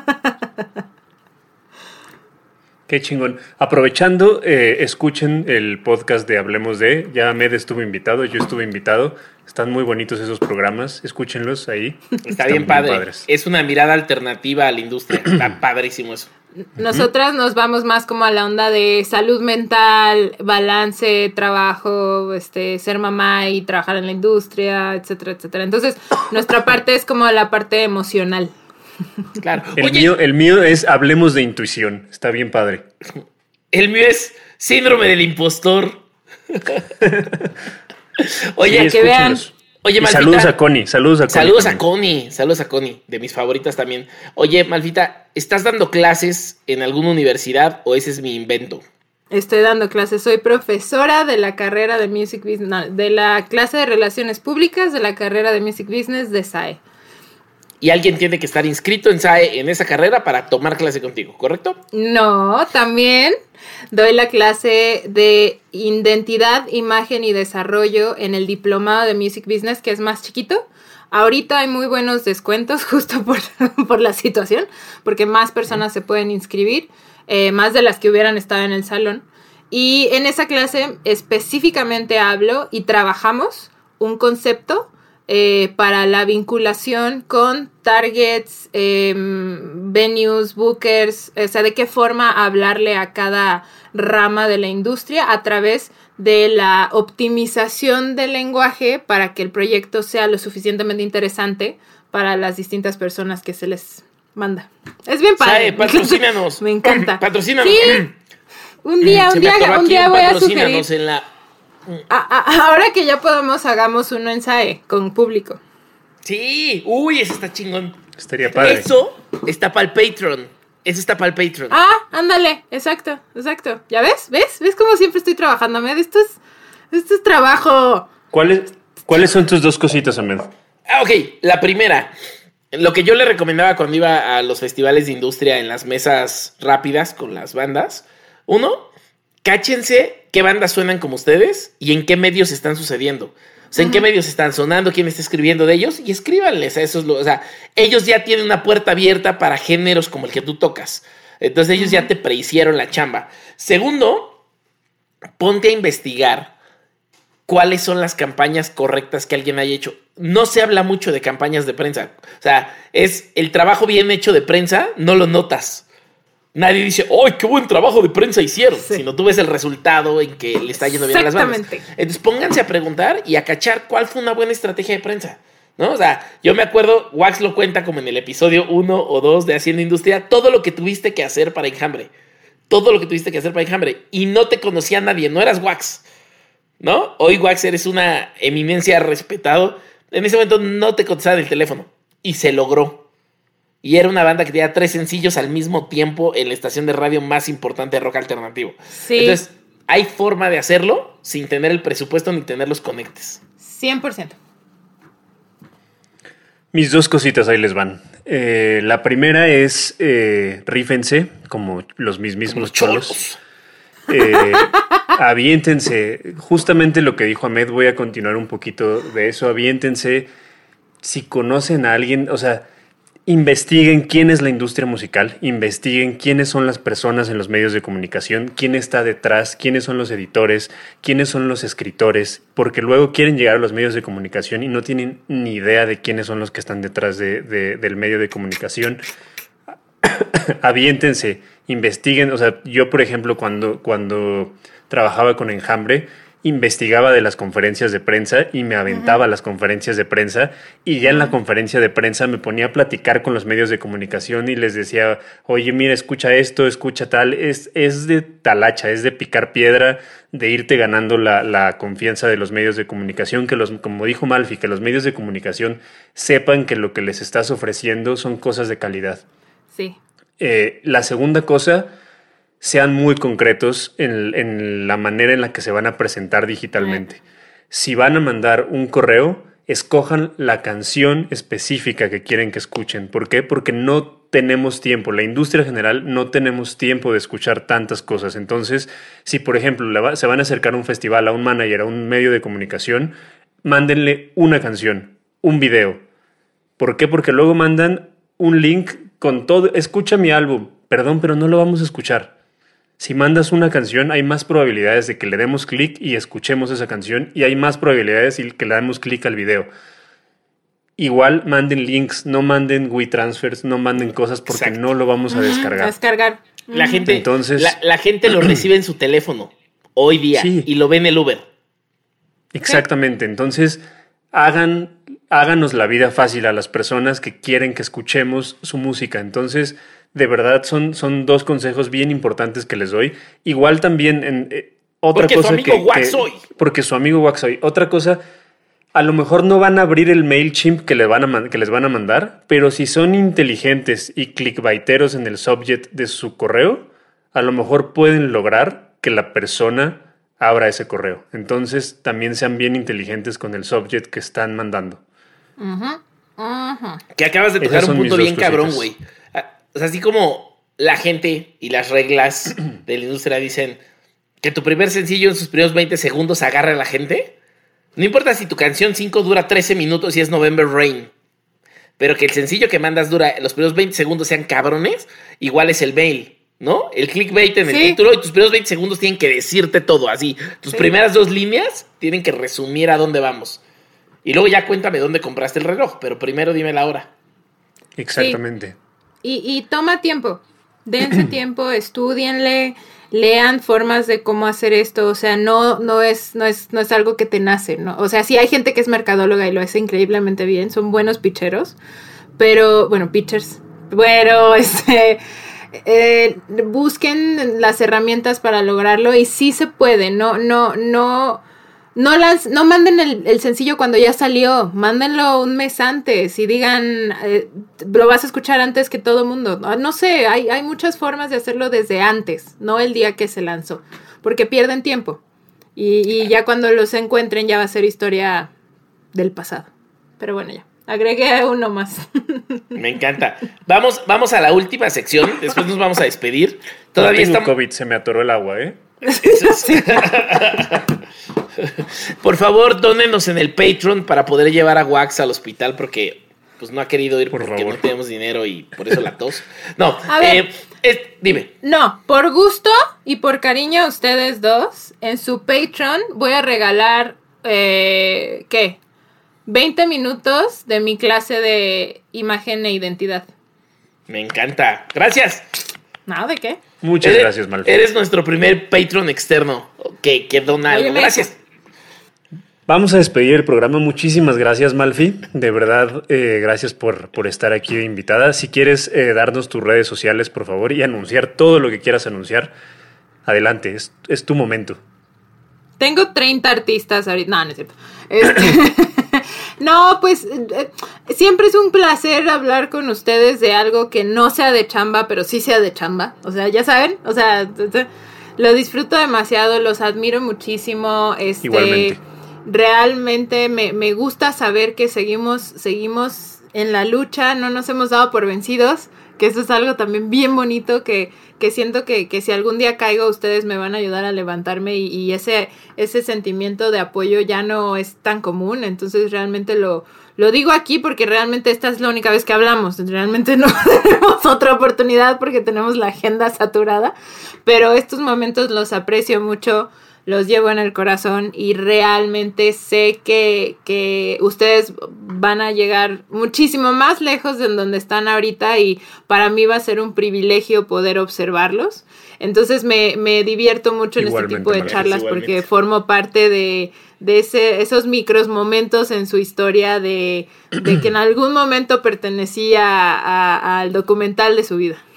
Speaker 4: Qué chingón. Aprovechando, eh, escuchen el podcast de Hablemos de. Ya Med estuvo invitado, yo estuve invitado. Están muy bonitos esos programas. Escúchenlos ahí.
Speaker 3: Está
Speaker 4: Están
Speaker 3: bien padre.
Speaker 4: padres.
Speaker 3: Es una mirada alternativa a la industria. Está padrísimo eso.
Speaker 1: Nosotras nos vamos más como a la onda de salud mental, balance, trabajo, este, ser mamá y trabajar en la industria, etcétera, etcétera. Entonces, nuestra parte es como la parte emocional.
Speaker 3: Claro.
Speaker 4: El,
Speaker 3: Oye,
Speaker 4: mío, el mío es Hablemos de Intuición. Está bien padre.
Speaker 3: el mío es síndrome del impostor. Oye,
Speaker 4: Sí,
Speaker 1: que vean.
Speaker 4: escúchenlos.
Speaker 3: Oye,
Speaker 4: Y
Speaker 3: Malfita.
Speaker 4: saludos a Connie. Saludos a Connie.
Speaker 3: Saludos a
Speaker 4: también.
Speaker 3: Connie, saludos a Connie, de mis favoritas también. Oye, Malfita, ¿estás dando clases en alguna universidad o ese es mi invento?
Speaker 1: Estoy dando clases, soy profesora de la carrera de Music Business, no, de la clase de Relaciones Públicas de la carrera de Music Business de S A E.
Speaker 3: Y alguien tiene que estar inscrito en S A E en esa carrera para tomar clase contigo, ¿correcto?
Speaker 1: No, también doy la clase de Identidad, Imagen y Desarrollo en el Diplomado de Music Business, que es más chiquito. Ahorita hay muy buenos descuentos justo por, por la situación, porque más personas se pueden inscribir, eh, más de las que hubieran estado en el salón. Y en esa clase específicamente hablo y trabajamos un concepto Eh, para la vinculación con targets, eh, venues, bookers, o sea, de qué forma hablarle a cada rama de la industria a través de la optimización del lenguaje para que el proyecto sea lo suficientemente interesante para las distintas personas que se les manda. Es bien padre.
Speaker 3: S A E, patrocínanos.
Speaker 1: Me encanta.
Speaker 3: Patrocínanos.
Speaker 1: Sí. Un día,
Speaker 3: Se
Speaker 1: un
Speaker 3: me
Speaker 1: día,
Speaker 3: atoró
Speaker 1: un
Speaker 3: aquí
Speaker 1: día voy a sugerir.
Speaker 3: patrocínanos en la...
Speaker 1: A- a- ahora que ya podemos, hagamos uno en S A E con público.
Speaker 3: Sí, uy, ese está chingón.
Speaker 4: Estaría padre.
Speaker 3: Eso está para el Patreon. Eso está para el Patreon.
Speaker 1: Ah, ándale, exacto, exacto. ¿Ya ves? ¿Ves? ¿Ves cómo siempre estoy trabajando? Med? Esto es, esto es trabajo.
Speaker 4: ¿Cuáles, ¿Cuáles son tus dos cositas, Ahmed?
Speaker 3: Ah, ok, la primera. Lo que yo le recomendaba cuando iba a los festivales de industria en las mesas rápidas con las bandas. Uno, cáchense qué bandas suenan como ustedes y en qué medios están sucediendo. O sea, en qué medios están sonando, quién está escribiendo de ellos y escríbanles a esos. O sea, ellos ya tienen una puerta abierta para géneros como el que tú tocas. Entonces ellos ya te prehicieron la chamba. Segundo, ponte a investigar cuáles son las campañas correctas que alguien haya hecho. No se habla mucho de campañas de prensa. O sea, es el trabajo bien hecho de prensa, no lo notas. Nadie dice, ¡ay, qué buen trabajo de prensa hicieron!
Speaker 1: Sí.
Speaker 3: Sino tú ves el resultado en que le está yendo bien a las bandas.
Speaker 1: Exactamente.
Speaker 3: Entonces pónganse a preguntar y a cachar cuál fue una buena estrategia de prensa, ¿no? O sea, yo me acuerdo, Wax lo cuenta como en el episodio uno o dos de Haciendo Industria, todo lo que tuviste que hacer para Enjambre. Todo lo que tuviste que hacer para Enjambre. Y no te conocía nadie, no eras Wax, ¿no? Hoy, Wax, eres una eminencia respetado. En ese momento no te contestaban el teléfono. Y se logró. Y era una banda que tenía tres sencillos al mismo tiempo en la estación de radio más importante de rock alternativo.
Speaker 1: Sí.
Speaker 3: Entonces, hay forma de hacerlo sin tener el presupuesto ni tener los conectes.
Speaker 1: cien por ciento.
Speaker 4: Mis dos cositas ahí les van. Eh, la primera es eh, rífense, como los mismos
Speaker 3: Como los
Speaker 4: cholos.
Speaker 3: cholos.
Speaker 4: Eh, aviéntense. Justamente lo que dijo Ahmed, voy a continuar un poquito de eso. Aviéntense. Si conocen a alguien, o sea, investiguen quién es la industria musical, investiguen quiénes son las personas en los medios de comunicación, quién está detrás, quiénes son los editores, quiénes son los escritores, porque luego quieren llegar a los medios de comunicación y no tienen ni idea de quiénes son los que están detrás de, de, del medio de comunicación. Aviéntense, investiguen, o sea, yo por ejemplo cuando, cuando trabajaba con Enjambre, investigaba de las conferencias de prensa y me aventaba uh-huh. las conferencias de prensa y ya uh-huh. en la conferencia de prensa me ponía a platicar con los medios de comunicación y les decía, oye, mira, escucha esto, escucha tal, es, es de talacha, es de picar piedra, de irte ganando la, la confianza de los medios de comunicación, que los, como dijo Malfi, que los medios de comunicación sepan que lo que les estás ofreciendo son cosas de calidad.
Speaker 1: Sí.
Speaker 4: Eh, la segunda cosa, sean muy concretos en, en la manera en la que se van a presentar digitalmente. Si van a mandar un correo, escojan la canción específica que quieren que escuchen. ¿Por qué? Porque no tenemos tiempo. La industria general no tenemos tiempo de escuchar tantas cosas. Entonces, si por ejemplo le va, se van a acercar a un festival, a un manager, a un medio de comunicación, mándenle una canción, un video. ¿Por qué? Porque luego mandan un link con todo. Escucha mi álbum. Perdón, pero no lo vamos a escuchar. Si mandas una canción, hay más probabilidades de que le demos clic y escuchemos esa canción y hay más probabilidades de que le demos clic al video. Igual manden links, no manden WeTransfers, no manden cosas porque Exacto. no lo vamos a descargar.
Speaker 1: A descargar.
Speaker 3: La gente,
Speaker 4: Entonces,
Speaker 3: la, la gente lo recibe en su teléfono hoy día sí. y lo ve en el Uber.
Speaker 4: Exactamente. Entonces, hagan, háganos la vida fácil a las personas que quieren que escuchemos su música. Entonces, de verdad, son, son dos consejos bien importantes que les doy. Igual también en eh, otra
Speaker 3: porque
Speaker 4: cosa
Speaker 3: su amigo
Speaker 4: que,
Speaker 3: Waxoy.
Speaker 4: que porque su amigo Waxoy. Otra cosa, a lo mejor no van a abrir el MailChimp que, le van a man- que les van a mandar, pero si son inteligentes y clickbaiteros en el subject de su correo, a lo mejor pueden lograr que la persona abra ese correo. Entonces, también sean bien inteligentes con el subject que están mandando.
Speaker 1: Uh-huh. Uh-huh.
Speaker 3: Que acabas de tocar un punto bien cabrón, güey. O sea, así como la gente y las reglas de la industria dicen que tu primer sencillo en sus primeros veinte segundos agarra a la gente, no importa si tu canción cinco dura trece minutos y es November Rain, pero que el sencillo que mandas dura los primeros veinte segundos sean cabrones, igual es el mail, ¿no? El clickbait en el sí. título y tus primeros veinte segundos tienen que decirte todo, así. Tus sí. primeras dos líneas tienen que resumir a dónde vamos. Y luego ya cuéntame dónde compraste el reloj, pero primero dime la hora.
Speaker 4: Exactamente.
Speaker 1: Sí. Y, y toma tiempo, dense tiempo, estudienle, lean formas de cómo hacer esto, o sea, no, no es, no es, no es algo que te nace, ¿no? O sea, sí hay gente que es mercadóloga y lo hace increíblemente bien, son buenos pitcheros, pero, bueno, pitchers, pero, este, eh, busquen las herramientas para lograrlo y sí se puede, no, no, no... No las, no manden el, el sencillo cuando ya salió, mándenlo un mes antes y digan, eh, lo vas a escuchar antes que todo mundo. No, no sé, hay, hay muchas formas de hacerlo desde antes, no el día que se lanzó, porque pierden tiempo. Y, y ya cuando los encuentren ya va a ser historia del pasado. Pero bueno, ya, agregué uno más.
Speaker 3: Me encanta. Vamos, vamos a la última sección, después nos vamos a despedir.
Speaker 4: Todavía no tengo estamos... COVID, se me atoró el agua, ¿eh?
Speaker 3: Eso es... Por favor, dónenos en el Patreon para poder llevar a Wax al hospital porque pues no ha querido ir por porque favor. No tenemos dinero y por eso la tos. No,
Speaker 1: a ver,
Speaker 3: eh, es, dime.
Speaker 1: No, por gusto y por cariño a ustedes dos, en su Patreon voy a regalar, eh, ¿qué? veinte minutos de mi clase de imagen e identidad.
Speaker 3: Me encanta. Gracias.
Speaker 1: No, ¿de qué?
Speaker 4: Muchas
Speaker 3: eres,
Speaker 4: gracias, Malfi.
Speaker 3: Eres nuestro primer Patreon externo que, que dona algo. Gracias.
Speaker 4: Vamos a despedir el programa. Muchísimas gracias, Malfi. De verdad, eh, gracias por, por estar aquí de invitada. Si quieres eh, darnos tus redes sociales, por favor, y anunciar todo lo que quieras anunciar, adelante, es, es tu momento.
Speaker 1: Tengo treinta artistas ahorita. No, no es cierto. Este... No, pues eh, siempre es un placer hablar con ustedes de algo que no sea de chamba, pero sí sea de chamba. O sea, ya saben, o sea, lo disfruto demasiado, los admiro muchísimo. Este,
Speaker 4: Igualmente.
Speaker 1: Realmente me, me gusta saber que seguimos, seguimos en la lucha, no nos hemos dado por vencidos, que eso es algo también bien bonito que, que siento que, que si algún día caigo ustedes me van a ayudar a levantarme y, y ese, ese sentimiento de apoyo ya no es tan común, entonces realmente lo, lo digo aquí porque realmente esta es la única vez que hablamos, realmente no tenemos otra oportunidad porque tenemos la agenda saturada, pero estos momentos los aprecio mucho. los llevo en el corazón y realmente sé que, que ustedes van a llegar muchísimo más lejos de donde están ahorita y para mí va a ser un privilegio poder observarlos. Entonces me, me divierto mucho en igualmente, este tipo de María, charlas porque formo parte de, de ese, esos micros momentos en su historia de, de que en algún momento pertenecía a, a, al documental de su vida.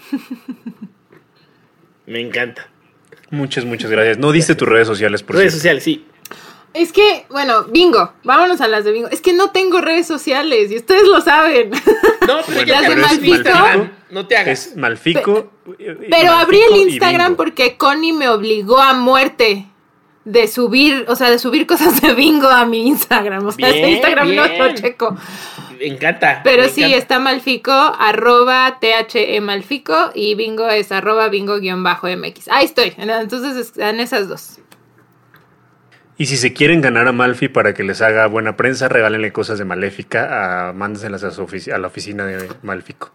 Speaker 3: Me encanta.
Speaker 4: Muchas, muchas gracias. No diste tus redes sociales, por
Speaker 3: Redes
Speaker 4: cierto.
Speaker 3: sociales, sí.
Speaker 1: Es que, bueno, Bingo, vámonos a las de Bingo. Es que no tengo redes sociales y ustedes lo saben.
Speaker 3: No, pero
Speaker 1: bueno,
Speaker 3: las
Speaker 1: de
Speaker 3: Malfico, Malfico, no te hagas.
Speaker 4: Es Malfico.
Speaker 1: Pe- pero abrí el Instagram porque Connie me obligó a muerte de subir, o sea, de subir cosas de Bingo a mi Instagram. O sea, bien, ese Instagram bien. no lo checo.
Speaker 3: Me encanta.
Speaker 1: Pero
Speaker 3: me
Speaker 1: sí,
Speaker 3: encanta.
Speaker 1: está Malfico, arroba The Malfico y Bingo es arroba bingo guión bajo mx. Ahí estoy, entonces en esas dos.
Speaker 4: Y si se quieren ganar a Malfi para que les haga buena prensa, regálenle cosas de Maléfica, a, mándenselas a, su ofici- a la oficina de Malfico.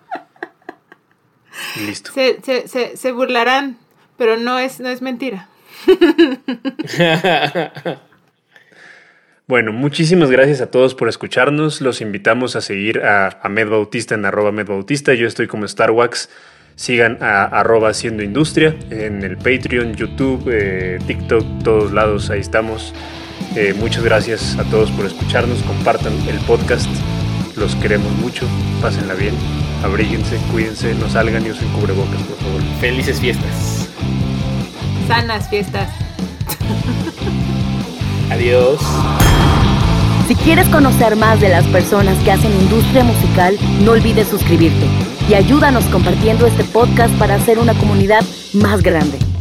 Speaker 4: Y listo.
Speaker 1: Se, se, se, se burlarán, pero no es, no es mentira.
Speaker 4: Bueno, muchísimas gracias a todos por escucharnos. Los invitamos a seguir a, a Med Bautista en arroba Med Bautista. Yo estoy como StarWax. Sigan a arroba Haciendo Industria en el Patreon, YouTube, eh, TikTok, todos lados, ahí estamos. Eh, muchas gracias a todos por escucharnos. Compartan el podcast. Los queremos mucho. Pásenla bien. Abríguense, cuídense, no salgan y usen cubrebocas, por favor.
Speaker 3: Felices fiestas.
Speaker 1: Sanas fiestas.
Speaker 3: Adiós.
Speaker 5: Si quieres conocer más de las personas que hacen industria musical, no olvides suscribirte y ayúdanos compartiendo este podcast para hacer una comunidad más grande.